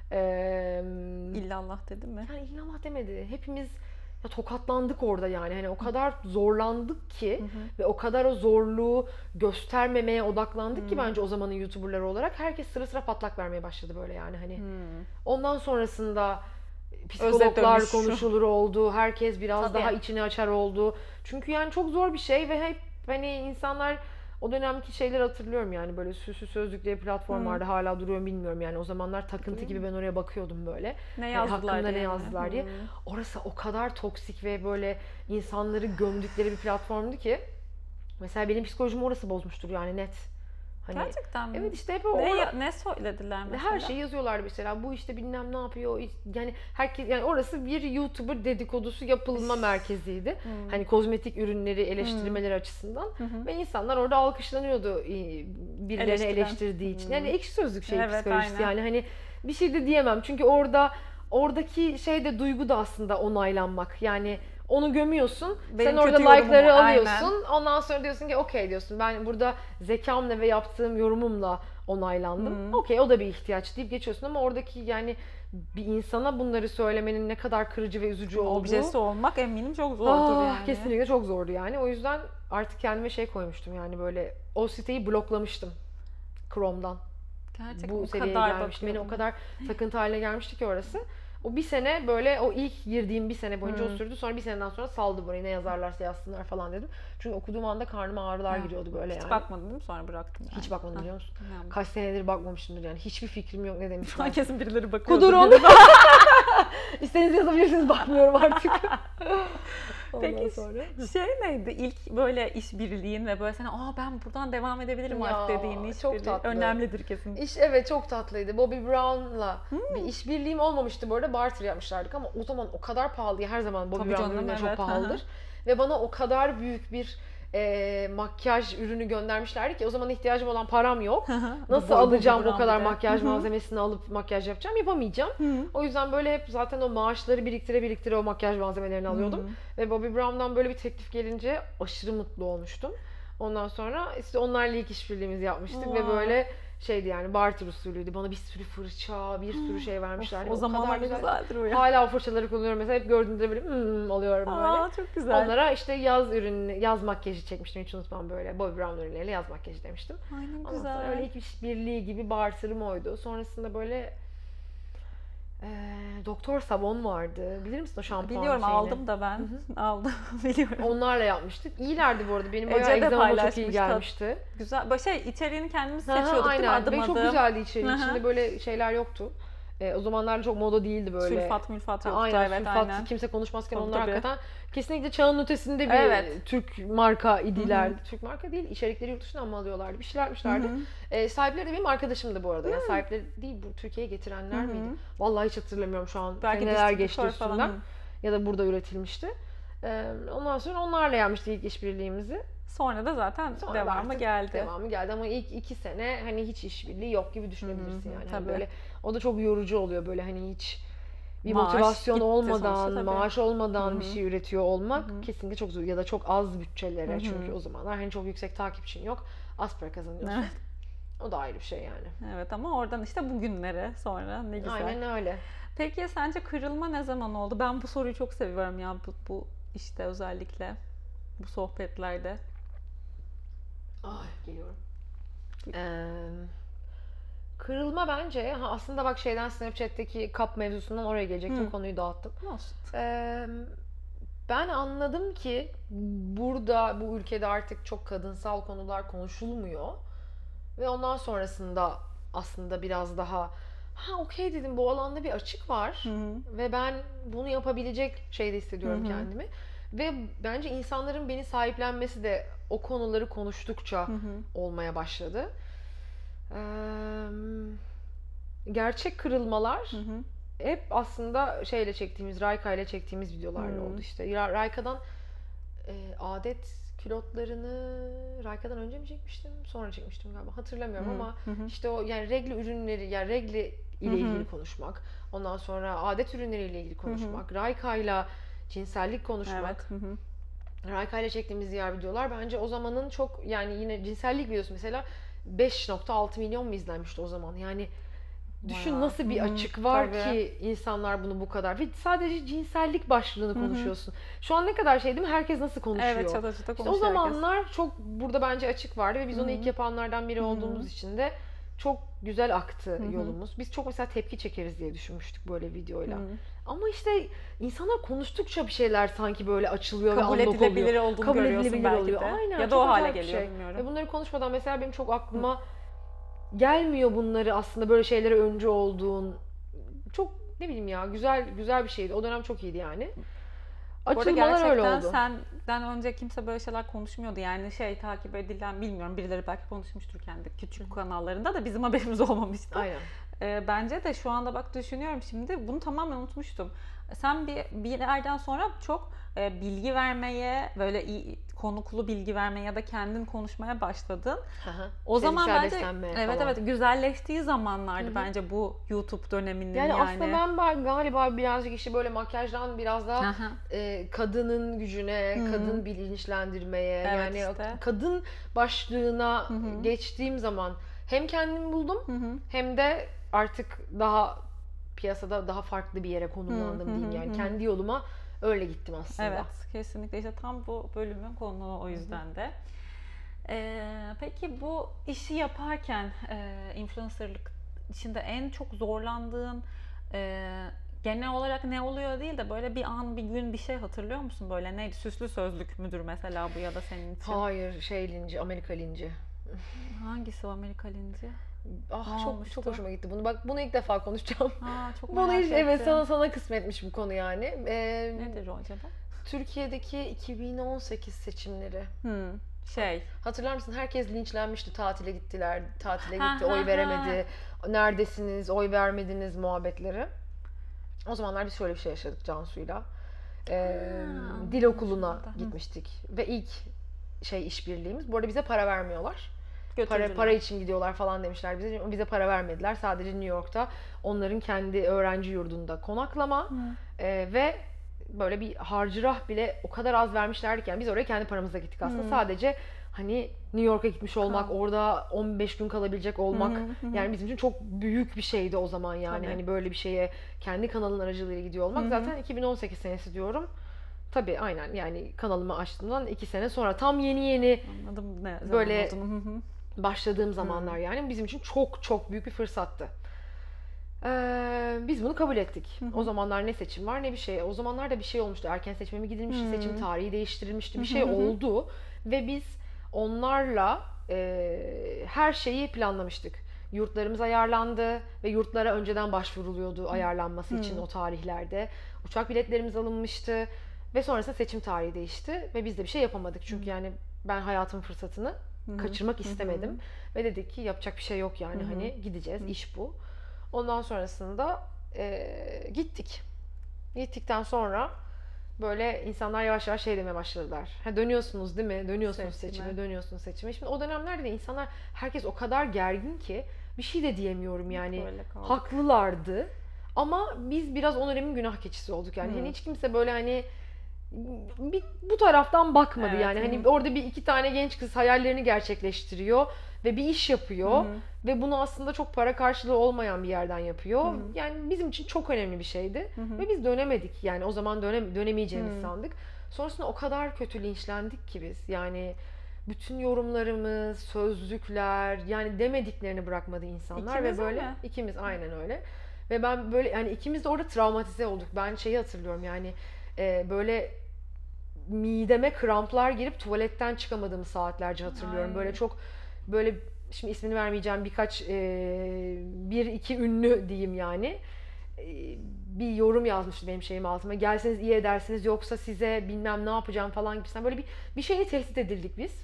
e, illallah dedi mi? Yani illallah demedi. Hepimiz ya tokatlandık orada yani. Hani o kadar zorlandık ki hı hı. ve o kadar o zorluğu göstermemeye odaklandık hı. ki bence o zamanın YouTuber'ları olarak herkes sıra sıra patlak vermeye başladı böyle yani hani. Hı. Ondan sonrasında psikologlar konuşulur oldu. Herkes biraz Tabii. daha içini açar oldu. Çünkü yani çok zor bir şey ve hep hani insanlar o dönemki şeyleri hatırlıyorum yani böyle süslü sözlük diye platform vardı. Hmm. Hala duruyor bilmiyorum yani o zamanlar takıntı gibi ben oraya bakıyordum böyle. Ne yazdılar hakkında yani. ne yazdılar hmm. diye. Orası o kadar toksik ve böyle insanları gömdükleri bir platformdu ki mesela benim psikolojimi orası bozmuştur yani net. Hani, Gerçekten mi? Evet işte hep o ne, ya, ne söylediler mesela? Her şeyi yazıyorlardı mesela. Bu işte bilmem ne yapıyor. Yani herkes yani orası bir YouTuber dedikodusu yapılma merkeziydi. Hmm. Hani kozmetik ürünleri eleştirmeleri hmm. açısından hmm. ve insanlar orada alkışlanıyordu birilerini Eleştiren. eleştirdiği için. Hmm. Yani ekşi sözlük şey evet, psikolojisi aynen. Yani hani bir şey de diyemem. Çünkü orada oradaki şey de duygu da aslında onaylanmak. Yani onu gömüyorsun, Benim sen orada kötü yorumum like'ları o, alıyorsun. aynen. Ondan sonra diyorsun ki okey diyorsun. Ben burada zekamla ve yaptığım yorumumla onaylandım. Hı. Okey, o da bir ihtiyaç deyip geçiyorsun ama oradaki yani bir insana bunları söylemenin ne kadar kırıcı ve üzücü olduğu. Objesi olmak eminim çok zordur Ah, yani. kesinlikle çok zordu yani. O yüzden artık kendime şey koymuştum yani böyle o siteyi bloklamıştım Chrome'dan. Gerçekten Bu o seviyeye kadar gelmişti. Beni o bakıyordum. kadar takıntı haline gelmişti ki orası. O bir sene böyle o ilk girdiğim bir sene boyunca Hmm. o sürdü. Sonra bir seneden sonra saldı burayı, ne yazarlarsa yazsınlar falan dedim. Çünkü okuduğum anda karnıma ağrılar Ha, giriyordu böyle Hiç yani. bakmadın değil mi? Sonra bıraktım yani. Hiç bakmadım, biliyor musun? Önemli. Kaç senedir bakmamışımdır yani. Hiçbir fikrim yok ne demişler. Şu an kesin birileri bakıyor. Kudurun. İstediğiniz yazabilirsiniz, bakmıyorum artık. Ondan Peki sonra. şey neydi? İlk böyle işbirliğin ve böyle sana aa ben buradan devam edebilirim Ya, artık dediğin çok işbirliği tatlı. önemlidir kesin. İş evet çok tatlıydı. Bobby Brown'la Hmm. bir işbirliğim olmamıştı bu arada. Barter yapmışlardık ama o zaman o kadar pahalı. Her zaman Bobby Tabii Brown canım, ürünleri evet, çok pahalıdır. Ve bana o kadar büyük bir e, makyaj ürünü göndermişlerdi ki o zaman ihtiyacım olan param yok. Nasıl Bobby alacağım Brown o kadar bir de. makyaj Hı hı. malzemesini alıp makyaj yapacağım? Yapamayacağım. Hı. O yüzden böyle hep zaten o maaşları biriktire biriktire o makyaj malzemelerini alıyordum. Hı. Ve Bobby Brown'dan böyle bir teklif gelince aşırı mutlu olmuştum. Ondan sonra işte onlarla ilk işbirliğimizi yapmıştık ve Wow. böyle şeydi yani barter usulüydü. Bana bir sürü fırça, bir sürü şey vermişlerdi. Of, o zamanlar kadar ne güzel. güzeldir o ya. Hala o fırçaları kullanıyorum. Mesela hep gördüğümde böyle hmm alıyorum böyle. Aa, çok güzel. Onlara işte yaz ürünü, yaz makyajı çekmiştim, hiç unutmam böyle. Bobby Brown ürünleriyle yaz makyajı demiştim. Ay ne Ondan sonra güzel. öyle ilk işbirliği gibi barterım oydu. Sonrasında böyle Ee, Doktor Sabon vardı. Bilir misin o şampuan Biliyorum, şeyini? aldım da ben. Aldım biliyorum. Onlarla yapmıştık. İyilerdi bu arada. Benim bayağı Ece de egzamama çok iyi paylaşmış, gelmişti. Güzel. Böyle şey içeriğini kendimiz Hı hı, seçiyorduk değil mi? aynen. Adım Ve adım. çok güzeldi içeriği. Hı hı. İçinde böyle şeyler yoktu. Ee, o zamanlar çok moda değildi böyle. Sülfat mülfat Ha, yoktu, aynen, evet sülfat, aynen. kimse konuşmazken Tabii, onlar tabii. hakikaten kesinlikle çağın ötesinde bir Evet. Türk marka idiler. Hı Türk marka değil, içerikleri yurt dışından mı alıyorlardı? Bir şeyler yapmışlardı. Hı hı. Ee, sahipleri de benim arkadaşımdı bu arada. Yani sahipleri değil, bu Türkiye'ye getirenler Hı hı. miydi? Vallahi hiç hatırlamıyorum şu an. Belki Seneler geçti distribütör falan. üstünden. Hı. Ya da burada üretilmişti. Ee, ondan sonra onlarla yapmıştık ilk işbirliğimizi. Sonra da zaten Sonra da devamı artık geldi. Devamı geldi ama ilk iki sene hani hiç işbirliği yok gibi düşünebilirsin Hı hı, yani. Hani tabii. böyle o da çok yorucu oluyor böyle hani hiç bir Maaş motivasyon gitti olmadan, sonuçta tabii. maaş olmadan Hı hı. bir şey üretiyor olmak Hı hı. kesinlikle çok zor ya da çok az bütçelere Hı hı. çünkü o zamanlar hani çok yüksek takipçin yok, az para kazanıyorsun. Evet. O da ayrı bir şey yani. Evet ama oradan işte bugünlere sonra ne güzel. Aynen öyle. Peki sence kırılma ne zaman oldu? Ben bu soruyu çok seviyorum ya bu, bu işte özellikle bu sohbetlerde. Ay geliyorum. Ee, kırılma bence ha, aslında bak şeyden Snapchat'teki kap mevzusundan oraya gelecektim, Hı. konuyu dağıttım. Olsun. Ee, ben anladım ki burada bu ülkede artık çok kadınsal konular konuşulmuyor ve ondan sonrasında aslında biraz daha ha okey dedim, bu alanda bir açık var Hı hı. ve ben bunu yapabilecek şeyde hissediyorum Hı hı. kendimi ve bence insanların beni sahiplenmesi de o konuları konuştukça Hı hı. olmaya başladı. Ee, gerçek kırılmalar Hı hı. hep aslında şeyle çektiğimiz, Rayka ile çektiğimiz videolarla Hmm. oldu işte. Ya Rayka'dan e, adet külotlarını Rayka'dan önce mi çekmiştim? Sonra çekmiştim galiba. Hatırlamıyorum Hı ama hı. işte o yani regl ürünleri, yani regl ile Hı hı. ilgili konuşmak. Ondan sonra adet ürünleriyle ilgili konuşmak. Rayka'yla cinsellik konuşmak. Evet. Hı hı. Rayka ile çektiğimiz diğer videolar bence o zamanın çok yani yine cinsellik videosu mesela beş nokta altı milyon mu izlenmişti o zaman? Yani düşün Bayağı. nasıl bir Hı hı, açık var tabii. ki insanlar bunu bu kadar ve sadece cinsellik başlığını Hı hı. konuşuyorsun. Şu an ne kadar şey değil mi? Herkes nasıl konuşuyor? Evet, çatışta İşte o konuşuyor herkes. zamanlar çok burada bence açık vardı ve biz Hı onu hı. ilk yapanlardan biri Hı hı. olduğumuz için de çok güzel aktı Hı hı. yolumuz. Biz çok mesela tepki çekeriz diye düşünmüştük böyle videoyla. Hı. Ama işte insanlar konuştukça bir şeyler sanki böyle açılıyor Kabul ve unlock oluyor. edilebilir olduğunu Kabul görüyorsun edilebilir belki oluyor. de. Aynen, Ya da çok o hale acayip bir geliyor şey. bilmiyorum. Ve bunları konuşmadan mesela benim çok aklıma gelmiyor bunları aslında böyle şeylere öncü olduğun. Çok ne bileyim ya güzel güzel bir şeydi. O dönem çok iyiydi yani. Bu arada Açılmalar öyle gerçekten oldu. senden önce kimse böyle şeyler konuşmuyordu. Yani şey takip edilen bilmiyorum, birileri belki konuşmuştur kendi küçük kanallarında da bizim haberimiz olmamıştı. Aynen. Ee, bence de şu anda bak düşünüyorum şimdi bunu tamamen unutmuştum. sen bir, bir yerden sonra çok e, bilgi vermeye, böyle iyi, konuklu bilgi vermeye ya da kendin konuşmaya başladın. Aha. O zaman bence beslenme evet falan. evet güzelleştiği zamanlardı Hı hı. bence bu YouTube döneminin Yani, yani. aslında ben ba- galiba birazcık işi böyle makyajdan biraz daha Aha. e, kadının gücüne, Hı hı. kadın bilinçlendirmeye, Evet yani işte. kadın başlığına Hı hı. geçtiğim zaman hem kendimi buldum Hı hı. hem de artık daha piyasada daha farklı bir yere Hı konumlandım hı diyeyim hı yani. hı. Kendi yoluma öyle gittim aslında. Evet, kesinlikle işte tam bu bölümün konuğu o yüzden de. Ee, peki bu işi yaparken e, influencerlık içinde en çok zorlandığın e, genel olarak ne oluyor değil de böyle bir an, bir gün bir şey hatırlıyor musun? Böyle neydi? Süslü sözlük müdür mesela bu ya da senin için? Hayır, şey linci, Amerika linci. Hangisi o Amerika linci? Ah Ne çok olmuştu? çok hoşuma gitti bunu. Bak bunu ilk defa konuşacağım. Aa, çok Bunu merak hiç, evet, ettim. sana sana kısmetmiş bu konu yani. Ee, Nedir o acaba? Türkiye'deki iki bin on sekiz seçimleri. Hmm, şey. Hatırlar mısın? Herkes linçlenmişti. Tatile gittiler, tatile Ha, gitti, ha, oy ha. veremedi. Neredesiniz, oy vermediniz muhabbetleri. O zamanlar biz şöyle bir şey yaşadık Cansu'yla. Ee, anladım dil okuluna şimdi. Hı. gitmiştik ve ilk şey işbirliğimiz. Bu arada bize para vermiyorlar. Para, Götürdüler. para için gidiyorlar falan demişler bize. Bize para vermediler. Sadece New York'ta onların kendi öğrenci yurdunda konaklama e, ve böyle bir harcırah bile o kadar az vermişlerdi ki yani biz oraya kendi paramızla gittik aslında. Hı. Sadece hani New York'a gitmiş olmak, Kal. orada on beş gün kalabilecek olmak Hı hı hı. yani bizim için çok büyük bir şeydi o zaman yani. Tabii. Hani böyle bir şeye kendi kanalın aracılığıyla gidiyor olmak. Hı hı. Zaten iki bin on sekiz senesi diyorum. Tabii aynen yani kanalımı açtığımdan iki sene sonra tam yeni yeni Anladım ne zaman Böyle- olduğunu. Hı hı. başladığım zamanlar yani bizim için çok çok büyük bir fırsattı. Ee, biz bunu kabul ettik. Hı hı. O zamanlar ne seçim var ne bir şey. O zamanlar da bir şey olmuştu. Erken seçime mi gidilmişti, Hı. seçim tarihi değiştirilmişti, bir Hı şey hı hı hı. oldu. Ve biz onlarla e, her şeyi planlamıştık. Yurtlarımız ayarlandı ve yurtlara önceden başvuruluyordu ayarlanması için Hı. o tarihlerde. Uçak biletlerimiz alınmıştı ve sonrasında seçim tarihi değişti ve biz de bir şey yapamadık. Çünkü Hı. yani ben hayatımın fırsatını Hı hı. kaçırmak Hı hı. istemedim. Ve dedik ki yapacak bir şey yok yani Hı hı. hani gideceğiz, Hı. iş bu. Ondan sonrasında e, gittik. Gittikten sonra böyle insanlar yavaş yavaş şey demeye başladılar. Ha, dönüyorsunuz değil mi? Dönüyorsunuz Seçime. seçime, dönüyorsunuz seçime. Şimdi o dönemlerde de insanlar, herkes o kadar gergin ki bir şey de diyemiyorum yani. Böyle kaldık. Haklılardı. Ama biz biraz o dönemin günah keçisi olduk yani. Hı. Hani hiç kimse böyle hani bir, bu taraftan bakmadı Evet, yani. hı. Hani orada bir iki tane genç kız hayallerini gerçekleştiriyor ve bir iş yapıyor. Hı hı. Ve bunu aslında çok para karşılığı olmayan bir yerden yapıyor. Hı hı. Yani bizim için çok önemli bir şeydi. Hı hı. Ve biz dönemedik. Yani o zaman dönem dönemeyeceğimizi Hı. sandık. Sonrasında o kadar kötü linçlendik ki biz. Yani bütün yorumlarımız, sözlükler, yani demediklerini bırakmadı insanlar. İkiniz ve de böyle mi? ikimiz aynen öyle. Ve ben böyle yani ikimiz de orada travmatize olduk. Ben şeyi hatırlıyorum yani e, böyle mideme kramplar girip tuvaletten çıkamadığım saatlerce hatırlıyorum. Ay. Böyle çok böyle şimdi ismini vermeyeceğim birkaç e, bir iki ünlü diyeyim yani. E, bir yorum yazmıştı benim şeyim altıma. Gelseniz iyi edersiniz yoksa size bilmem ne yapacağım falan gibisinden böyle bir bir şeyle tehdit edildik biz.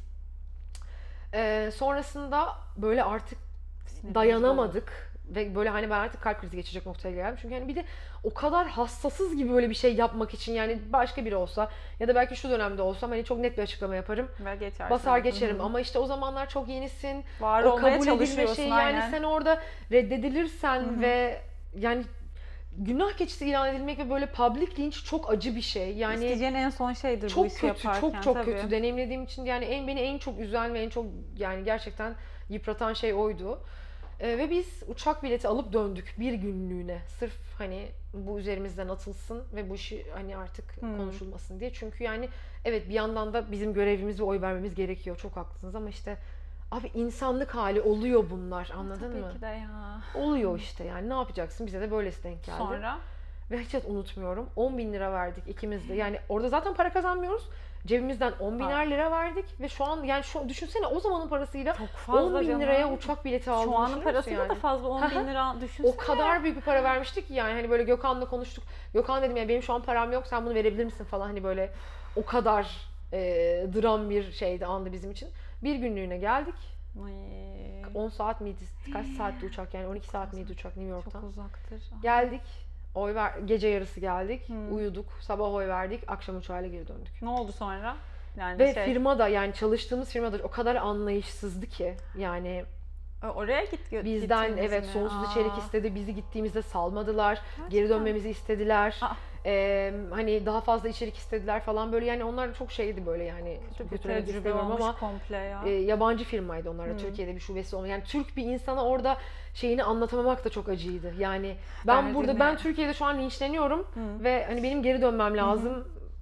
E, sonrasında böyle artık Sinirimiz dayanamadık ve böyle hani ben artık kalp krizi geçecek noktaya geldim. Çünkü hani bir de o kadar hassasız gibi böyle bir şey yapmak için yani başka biri olsa ya da belki şu dönemde olsam hani çok net bir açıklama yaparım. Ve geçersin. Basar geçerim Hı hı. ama işte o zamanlar çok yenisin. Var O olmaya kabul edilme çalışıyorsun şeyi aynen. yani sen orada reddedilirsen Hı hı. ve yani günah keçisi ilan edilmek ve böyle public linç çok acı bir şey. Yani İsteyeceğin en son şeydir bu çok işi kötü, yaparken. çok çok tabii. kötü deneyimlediğim için yani en beni en çok üzen ve en çok yani gerçekten yıpratan şey oydu. Ee, ve biz uçak bileti alıp döndük bir günlüğüne. Sırf hani bu üzerimizden atılsın ve bu işi hani artık Hmm. konuşulmasın diye. Çünkü yani evet bir yandan da bizim görevimiz ve oy vermemiz gerekiyor. Çok haklısınız ama işte abi insanlık hali oluyor bunlar, anladın Tabii mı? ki de ya. Oluyor işte yani ne yapacaksın? Bize de böylesi denk geldi. Sonra? Ve hiç unutmuyorum. on bin lira verdik ikimiz de. Yani orada zaten para kazanmıyoruz. Cebimizden on biner lira verdik ve şu an yani şu düşünsene o zamanın parasıyla Çok fazla on bin canım. liraya uçak bileti aldığını Şu anın düşünüyor musun parasıyla yani? da fazla on Hı hı. bin lira düşünsene. O kadar büyük bir para vermiştik ki yani hani böyle Gökhan'la konuştuk. Gökhan dedim ya benim şu an param yok sen bunu verebilir misin falan hani böyle o kadar e, dram bir şeydi andı bizim için. Bir günlüğüne geldik. Ay, on saat miydi? Kaç saatti uçak yani on iki saat miydi uçak New York'tan? çok uzaktır. Geldik. Oy ver, gece yarısı geldik, Hmm. uyuduk, sabah oy verdik, akşam uçağıyla geri döndük. Ne oldu sonra? Yani Ve şey, firma da yani çalıştığımız firma da o kadar anlayışsızdı ki yani oraya git bizden gittiniz evet mi? sonsuz Aa. içerik istedi, bizi gittiğimizde salmadılar, Gerçekten. geri dönmemizi istediler. Aa. Ee, hani daha fazla içerik istediler falan böyle yani onlar çok şeydi böyle yani Kötü bir götürmek tecrübe istemiyorum olmuş ama komple ya. e, yabancı firmaydı onlar da Hmm. Türkiye'de bir şubesi olmayan. Yani Türk bir insana orada şeyini anlatamamak da çok acıydı. Yani ben Derdini. burada ben Türkiye'de şu an linçleniyorum Hı. ve hani benim geri dönmem lazım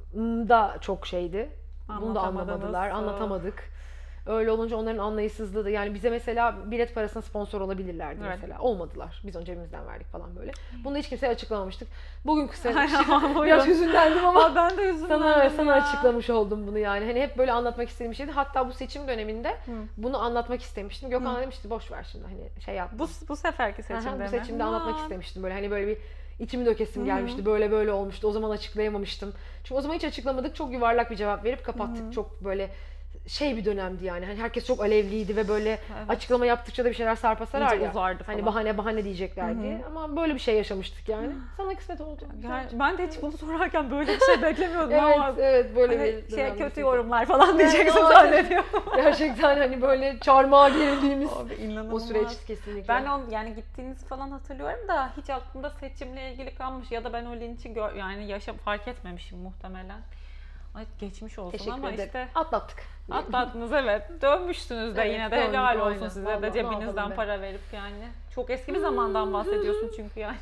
da çok şeydi. Bunu da Anlatamadınız. anlamadılar, Aa. anlatamadık. Öyle olunca onların anlayışsızlığı da yani bize mesela bilet parasına sponsor olabilirlerdi Evet. mesela. Olmadılar. Biz onu cebimizden verdik falan böyle. Bunu da hiç kimseye açıklamamıştık. Bugün kısa Ay, ama biraz buyurun. hüzünlendim ama Aa, ben de üzüldüm. sana sana ya. açıklamış oldum bunu yani. Hani hep böyle anlatmak istediğim bir şeydi. Hatta bu seçim döneminde Hı. bunu anlatmak istemiştim. Gökhan Hı. demişti boş ver şimdi hani şey yapma. Bu, bu seferki Aha, seçimde bu mi? seçimde anlatmak Aa. istemiştim böyle hani böyle bir içimi dökesim Hı hı. gelmişti. Böyle böyle olmuştu. O zaman açıklayamamıştım. Çünkü o zaman hiç açıklamadık. Çok yuvarlak bir cevap verip kapattık. Hı hı. Çok böyle şey bir dönemdi yani. Hani herkes çok alevliydi ve böyle Evet. açıklama yaptıkça da bir şeyler sarpa sarar İyice ya. uzardı Hani falan. bahane bahane diyeceklerdi. Hı hı. Ama böyle bir şey yaşamıştık yani. Sana kısmet oldu. Yani ben de hiç bunu sorarken böyle bir şey beklemiyordum Evet, ama evet böyle hani bir şey dönemdi kötü çünkü. yorumlar falan diyeceksin Evet, zannediyorum. Gerçekten hani böyle çarmıha gerildiğimiz Abi o inanılmaz. süreç kesinlikle. Ben on yani gittiğinizi falan hatırlıyorum da hiç aklımda seçimle ilgili kalmış ya da ben o linçi gör, yani yaşa fark etmemişim muhtemelen. Ay geçmiş olsun Teşekkür ama ederim. işte Atlattık. atlattınız evet. Dönmüşsünüz de Evet, yine de döndük, helal olsun aynen. size Vallahi de ne yapalım cebinizden be. para verip yani. Çok eski bir zamandan bahsediyorsun çünkü yani.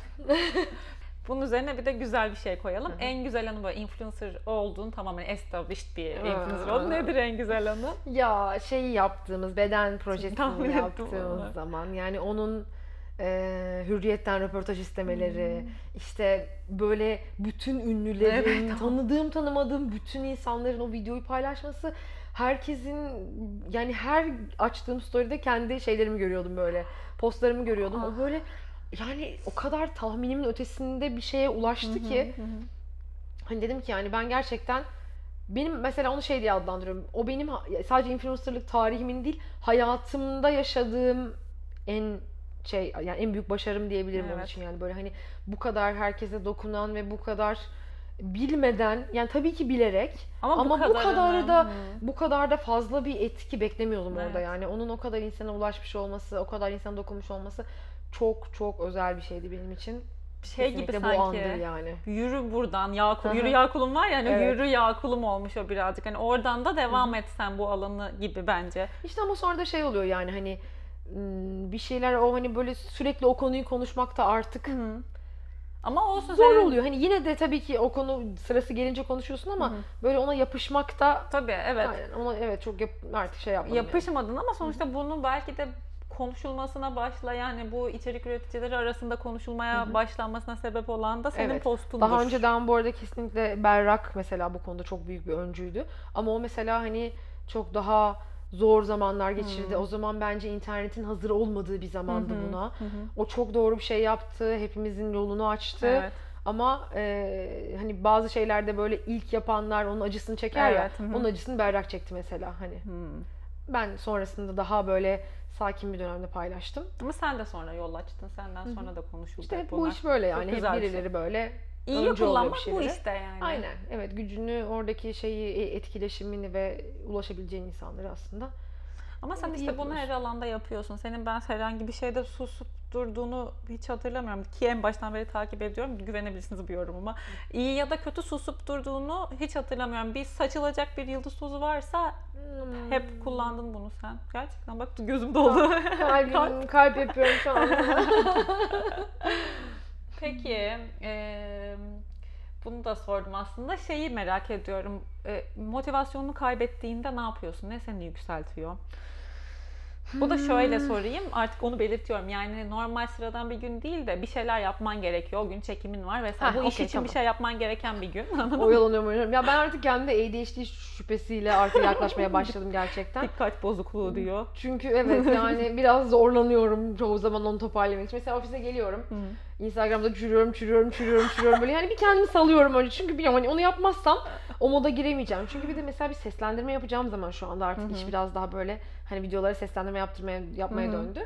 Bunun üzerine bir de güzel bir şey koyalım. Hı hı. En güzel anı böyle influencer olduğun tamamen established bir Aa. influencer oldun. Nedir en güzel anı? Ya şeyi yaptığımız beden Tahmin projesini ettim yaptığımız onu. zaman yani onun e, Hürriyet'ten röportaj istemeleri, işte böyle bütün ünlülerin, Evet, tanıdığım tanımadığım bütün insanların o videoyu paylaşması, herkesin yani her açtığım story'de kendi şeylerimi görüyordum böyle, postlarımı görüyordum. O böyle yani o kadar tahminimin ötesinde bir şeye ulaştı ki hani dedim ki yani ben gerçekten benim mesela onu şey diye adlandırıyorum. O benim ha- sadece influencerlık tarihimin değil, hayatımda yaşadığım en şey yani en büyük başarım diyebilirim onun Evet. için yani böyle hani bu kadar herkese dokunan ve bu kadar bilmeden yani tabii ki bilerek Ama, ama, bu, bu kadar da Hı. bu kadar da fazla bir etki beklemiyordum orada Evet. yani onun o kadar insana ulaşmış olması, o kadar insana dokunmuş olması çok çok özel bir şeydi benim için. şey gibi Kesinlikle sanki. bu andı yani. Yürü buradan Yakul, Hı hı. yürü Yakul'um var ya hani Evet. yürü Yakul'um olmuş o birazcık. Hani oradan da devam etsen bu alanı gibi bence. İşte ama sonra da şey oluyor yani hani ım, bir şeyler o hani böyle sürekli o konuyu konuşmakta artık Ama olsun zor senin- oluyor. Hani yine de tabii ki o konu sırası gelince konuşuyorsun ama Hı hı. böyle ona yapışmakta Tabii evet. aynen, ona evet çok yap, artık şey yapmadım. yani. Yapışmadın ama sonuçta bunun belki de konuşulmasına başlayan yani bu içerik üreticileri arasında konuşulmaya Hı hı. başlanmasına sebep olan da senin Evet. postundur. Daha önceden bu arada kesinlikle Berrak mesela bu konuda çok büyük bir öncüydü. Ama o mesela hani çok daha zor zamanlar geçirdi. Hı. O zaman bence internetin hazır olmadığı bir zamandı Hı hı, buna. hı hı. O çok doğru bir şey yaptı. Hepimizin yolunu açtı. Evet. Ama e, hani bazı şeylerde böyle ilk yapanlar onun acısını çeker ya. Evet, hı hı. Onun acısını Berrak çekti mesela hani. Hmm. Ben sonrasında daha böyle sakin bir dönemde paylaştım. Ama sen de sonra yol açtın. Senden sonra da konuşuldu. İşte hep hep bu bunlar. iş böyle Çok yani. Hep güzel bir şey. birileri böyle İyi öncü oluyor bir kullanmak bu şeylere. işte yani. Aynen. Evet, gücünü, oradaki şeyi, e, etkileşimini ve ulaşabileceğin insanları aslında. Ama sen Evet, iyi işte bunu yapıyorsun. her alanda yapıyorsun. Senin ben herhangi bir şeyde susup durduğunu hiç hatırlamıyorum. Ki en baştan beri takip ediyorum. Güvenebilirsiniz bu yorumuma. İyi ya da kötü susup durduğunu hiç hatırlamıyorum. Bir saçılacak bir yıldız tozu varsa Hmm. hep kullandın bunu sen. Gerçekten bak gözüm doldu. Kalbim, kalp yapıyorum şu an. Peki, eee, bunu da sordum aslında. Şeyi merak ediyorum. E, motivasyonunu kaybettiğinde ne yapıyorsun? Ne seni yükseltiyor? Bu da şöyle sorayım. Artık onu belirtiyorum. Yani normal sıradan bir gün değil de bir şeyler yapman gerekiyor. O gün çekimin var vesaire. Heh, Bu iş okey, için bir tamam. şey yapman gereken bir gün. Anladın mı? Oyalanıyorum, oyalanıyorum. Ya ben artık kendime A D H D şüphesiyle artık yaklaşmaya başladım gerçekten. Dikkat bozukluğu diyor. Çünkü evet yani biraz zorlanıyorum çoğu zaman onu toparlamak için. Mesela ofise geliyorum. Hı. Instagram'da çürüyorum, çürüyorum, çürüyorum, çürüyorum böyle. Yani bir kendimi salıyorum öyle. Çünkü biliyorum hani onu yapmazsam o moda giremeyeceğim. Çünkü bir de mesela bir seslendirme yapacağım zaman şu anda artık Hı hı. iş biraz daha böyle hani videolara seslendirme yaptırmaya yapmaya Hı hı. döndü.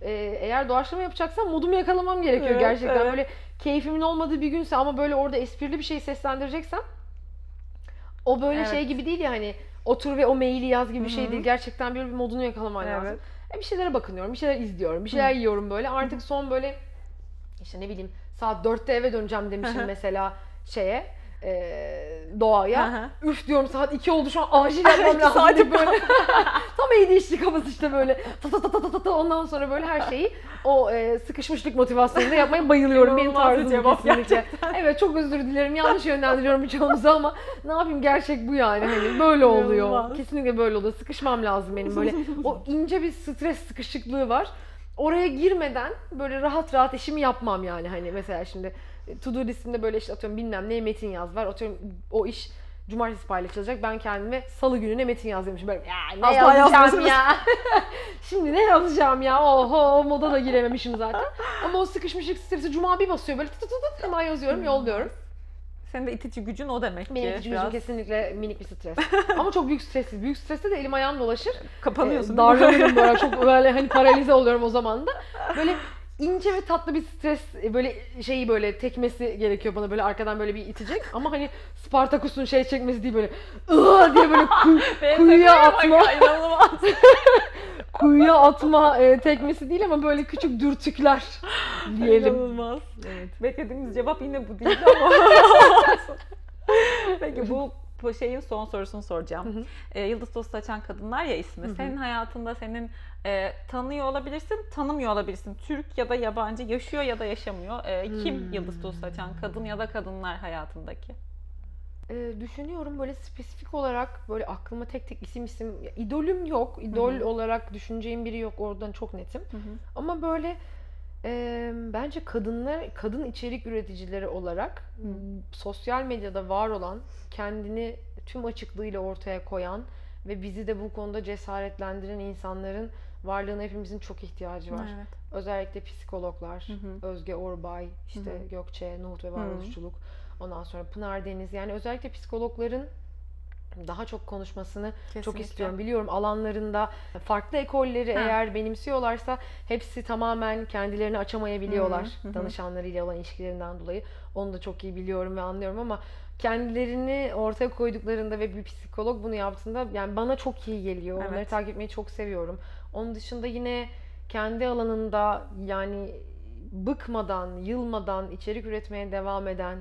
e, eğer doğaçlama yapacaksam modumu yakalamam gerekiyor Evet, gerçekten. evet. Böyle keyfimin olmadığı bir günse ama böyle orada esprili bir şey seslendireceksem o böyle Evet. şey gibi değil ya hani otur ve o maili yaz gibi bir şey Hı hı. değil. Gerçekten böyle bir modunu yakalaman Evet. lazım. E, bir şeylere bakınıyorum, bir şeyler izliyorum, bir şeyler yiyorum böyle. Artık son böyle işte ne bileyim saat dörtte eve döneceğim demişim mesela şeye e, doğaya. Üf diyorum saat iki oldu şu an acil yapmam lazım diye böyle. Tam A D H D kafası işte böyle. Ta ta ta ta ta ta ondan sonra böyle her şeyi o e, sıkışmışlık motivasyonunda yapmaya bayılıyorum. Benim İnanılmaz bir tarzım cevap kesinlikle. gerçekten. Evet çok özür dilerim. Yanlış yönlendiriyorum birçoğunuzu ama ne yapayım gerçek bu yani. Hani böyle oluyor. İnanılmaz. Kesinlikle böyle oluyor. Sıkışmam lazım benim böyle. O ince bir stres sıkışıklığı var. Oraya girmeden böyle rahat rahat işimi yapmam yani. Hani mesela şimdi to do listimde böyle işte atıyorum bilmem neye metin yaz var. Atıyorum o iş cumartesi paylaşılacak. Ben kendime salı gününe metin yaz demişim. Böyle ya ne Asla yazacağım yazmıyorsunuz. ya. Şimdi ne yazacağım ya. Oho o moda da girememişim zaten. Ama o sıkışmışlık stresi cuma bir basıyor. Böyle tut tut tut hemen yazıyorum, yolluyorum. Senin de itici gücün o demek ki. Benim itici gücüm biraz. kesinlikle minik bir stres. Ama çok büyük stres değil. Büyük streste de elim ayağım dolaşır. Kapanıyorsun. Ee, değil mi? darlanırım böyle çok böyle hani paralize oluyorum o zaman da. Böyle ince ve tatlı bir stres böyle şeyi böyle tekmesi gerekiyor bana böyle arkadan böyle bir itecek ama hani Spartaküs'ün şey çekmesi değil böyle ıı diye böyle kuy- Benim kuyuya tepkime bak, atma inanılmaz. kuyuya atma e, tekmesi değil ama böyle küçük dürtükler diyelim. İnanılmaz. Evet. Beklediğimiz cevap yine bu değil ama. Peki bu bu şeyin son sorusunu soracağım. Hı hı. E, Yıldız Tozu Saçan Kadınlar ya ismi. Hı hı. Senin hayatında senin e, tanıyor olabilirsin, tanımıyor olabilirsin. Türk ya da yabancı, yaşıyor ya da yaşamıyor. E, kim Hmm. Yıldız Tozu Saçan kadın ya da kadınlar hayatındaki? Ee, düşünüyorum böyle spesifik olarak böyle aklıma tek tek isim isim ya, idolüm yok. İdol Hı hı. olarak düşüneceğim biri yok. Oradan çok netim. Hı hı. Ama böyle e, bence kadınlar kadın içerik üreticileri olarak Hı. m, sosyal medyada var olan, kendini tüm açıklığıyla ortaya koyan ve bizi de bu konuda cesaretlendiren insanların varlığına hepimizin çok ihtiyacı var. Evet. Özellikle psikologlar, Hı hı. Özge Orbay, işte Hı hı. Gökçe, Nuhut ve Varoluşçuluk. Ondan sonra Pınar Deniz. Yani özellikle psikologların daha çok konuşmasını çok Kesinlikle. istiyorum. Biliyorum alanlarında farklı ekolleri Ha. eğer benimsiyorlarsa hepsi tamamen kendilerini açamayabiliyorlar. Hı hı. Danışanlarıyla olan ilişkilerinden dolayı. Onu da çok iyi biliyorum ve anlıyorum ama kendilerini ortaya koyduklarında ve bir psikolog bunu yaptığında yani bana çok iyi geliyor. Evet. Onları takip etmeyi çok seviyorum. Onun dışında yine kendi alanında yani bıkmadan, yılmadan içerik üretmeye devam eden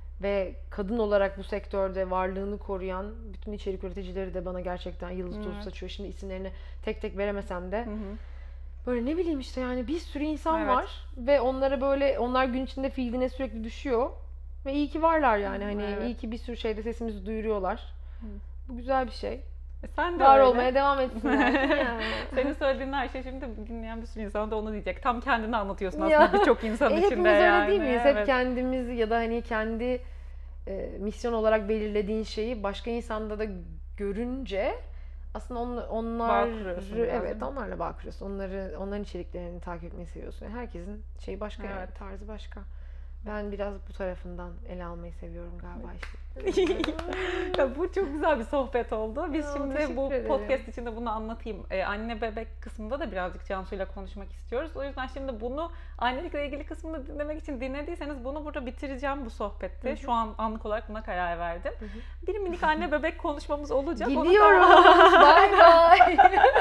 ve kadın olarak bu sektörde varlığını koruyan bütün içerik üreticileri de bana gerçekten yıldız tozu Evet. saçıyor. Şimdi isimlerini tek tek veremesem de Hı hı. böyle ne bileyim işte yani bir sürü insan Evet. var ve onlara böyle onlar gün içinde feedine sürekli düşüyor ve iyi ki varlar yani hani Evet. iyi ki bir sürü şeyde sesimizi duyuruyorlar. Hı. Bu güzel bir şey. E sen de Var öyle. olmaya devam etsinler. Yani. Senin söylediğin her şey şimdi dinleyen bir sürü insan da onu diyecek. Tam kendini anlatıyorsun Ya. aslında birçok insan E, içinde hepimiz öyle yani. değil miyiz? Evet. Hep kendimizi ya da hani kendi e, misyon olarak belirlediğin şeyi başka insanda da görünce aslında on, onlar Bağ kuruyorsun biraz, evet değil mi? onlarla bağ kuruyorsun. Onları onların içeriklerini takip etmeyi seviyorsun. Yani herkesin şeyi başka yani, Evet. tarzı başka. Ben biraz bu tarafından ele almayı seviyorum galiba işte. Ya bu çok güzel bir sohbet oldu. Biz Aa, şimdi teşekkür bu ederim. podcast içinde bunu anlatayım. Ee, anne bebek kısmında da birazcık Cansu'yla konuşmak istiyoruz. O yüzden şimdi bunu annelikle ilgili kısmını dinlemek için dinlediyseniz bunu burada bitireceğim bu sohbette. Hı hı. Şu an anlık olarak buna karar verdim. Hı hı. Bir minik anne bebek konuşmamız olacak. Onu da Gidiyoruz. Bye bye.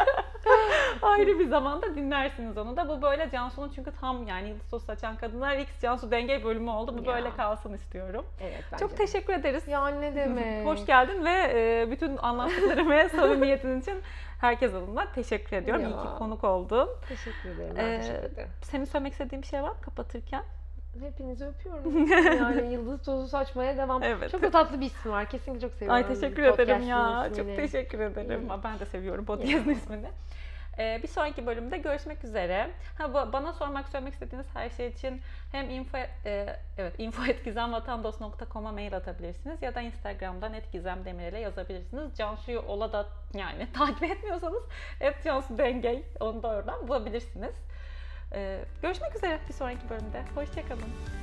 ayrı bir zamanda dinlersiniz onu da. Bu böyle Cansu'nun çünkü tam yani Yıldız Tozu Saçan Kadınlar X Cansu Denge bölümü oldu. Bu Ya. böyle kalsın istiyorum. Evet bence. Çok teşekkür ederiz. Ya ne demek. Hoş geldin ve e, bütün anlattıklarım ve samimiyetin için herkes adına teşekkür ediyorum. Ya. İyi ki konuk oldun. Teşekkür ederim. Ben Ee, teşekkür ederim. Senin söylemek istediğin bir şey var mı kapatırken? Hepinizi öpüyorum. Yani yıldız tozu saçmaya devam. Evet. Çok da tatlı bir isim var. Kesinlikle çok seviyorum. Ay teşekkür ederim Podcast'ın ya. ismini. Çok teşekkür ederim. İyi. Ben de seviyorum podcast'ın Ya. ismini. Ee, bir sonraki bölümde görüşmek üzere. Ha, ba- bana sormak, söylemek istediğiniz her şey için hem info e, evet info et gizemvatandos nokta com'a mail atabilirsiniz ya da Instagram'dan et gizemdemirel'e yazabilirsiniz. Cansu'yu ola da yani takip etmiyorsanız et Cansu Dengey onu da oradan bulabilirsiniz. Ee, görüşmek üzere bir sonraki bölümde. Hoşçakalın.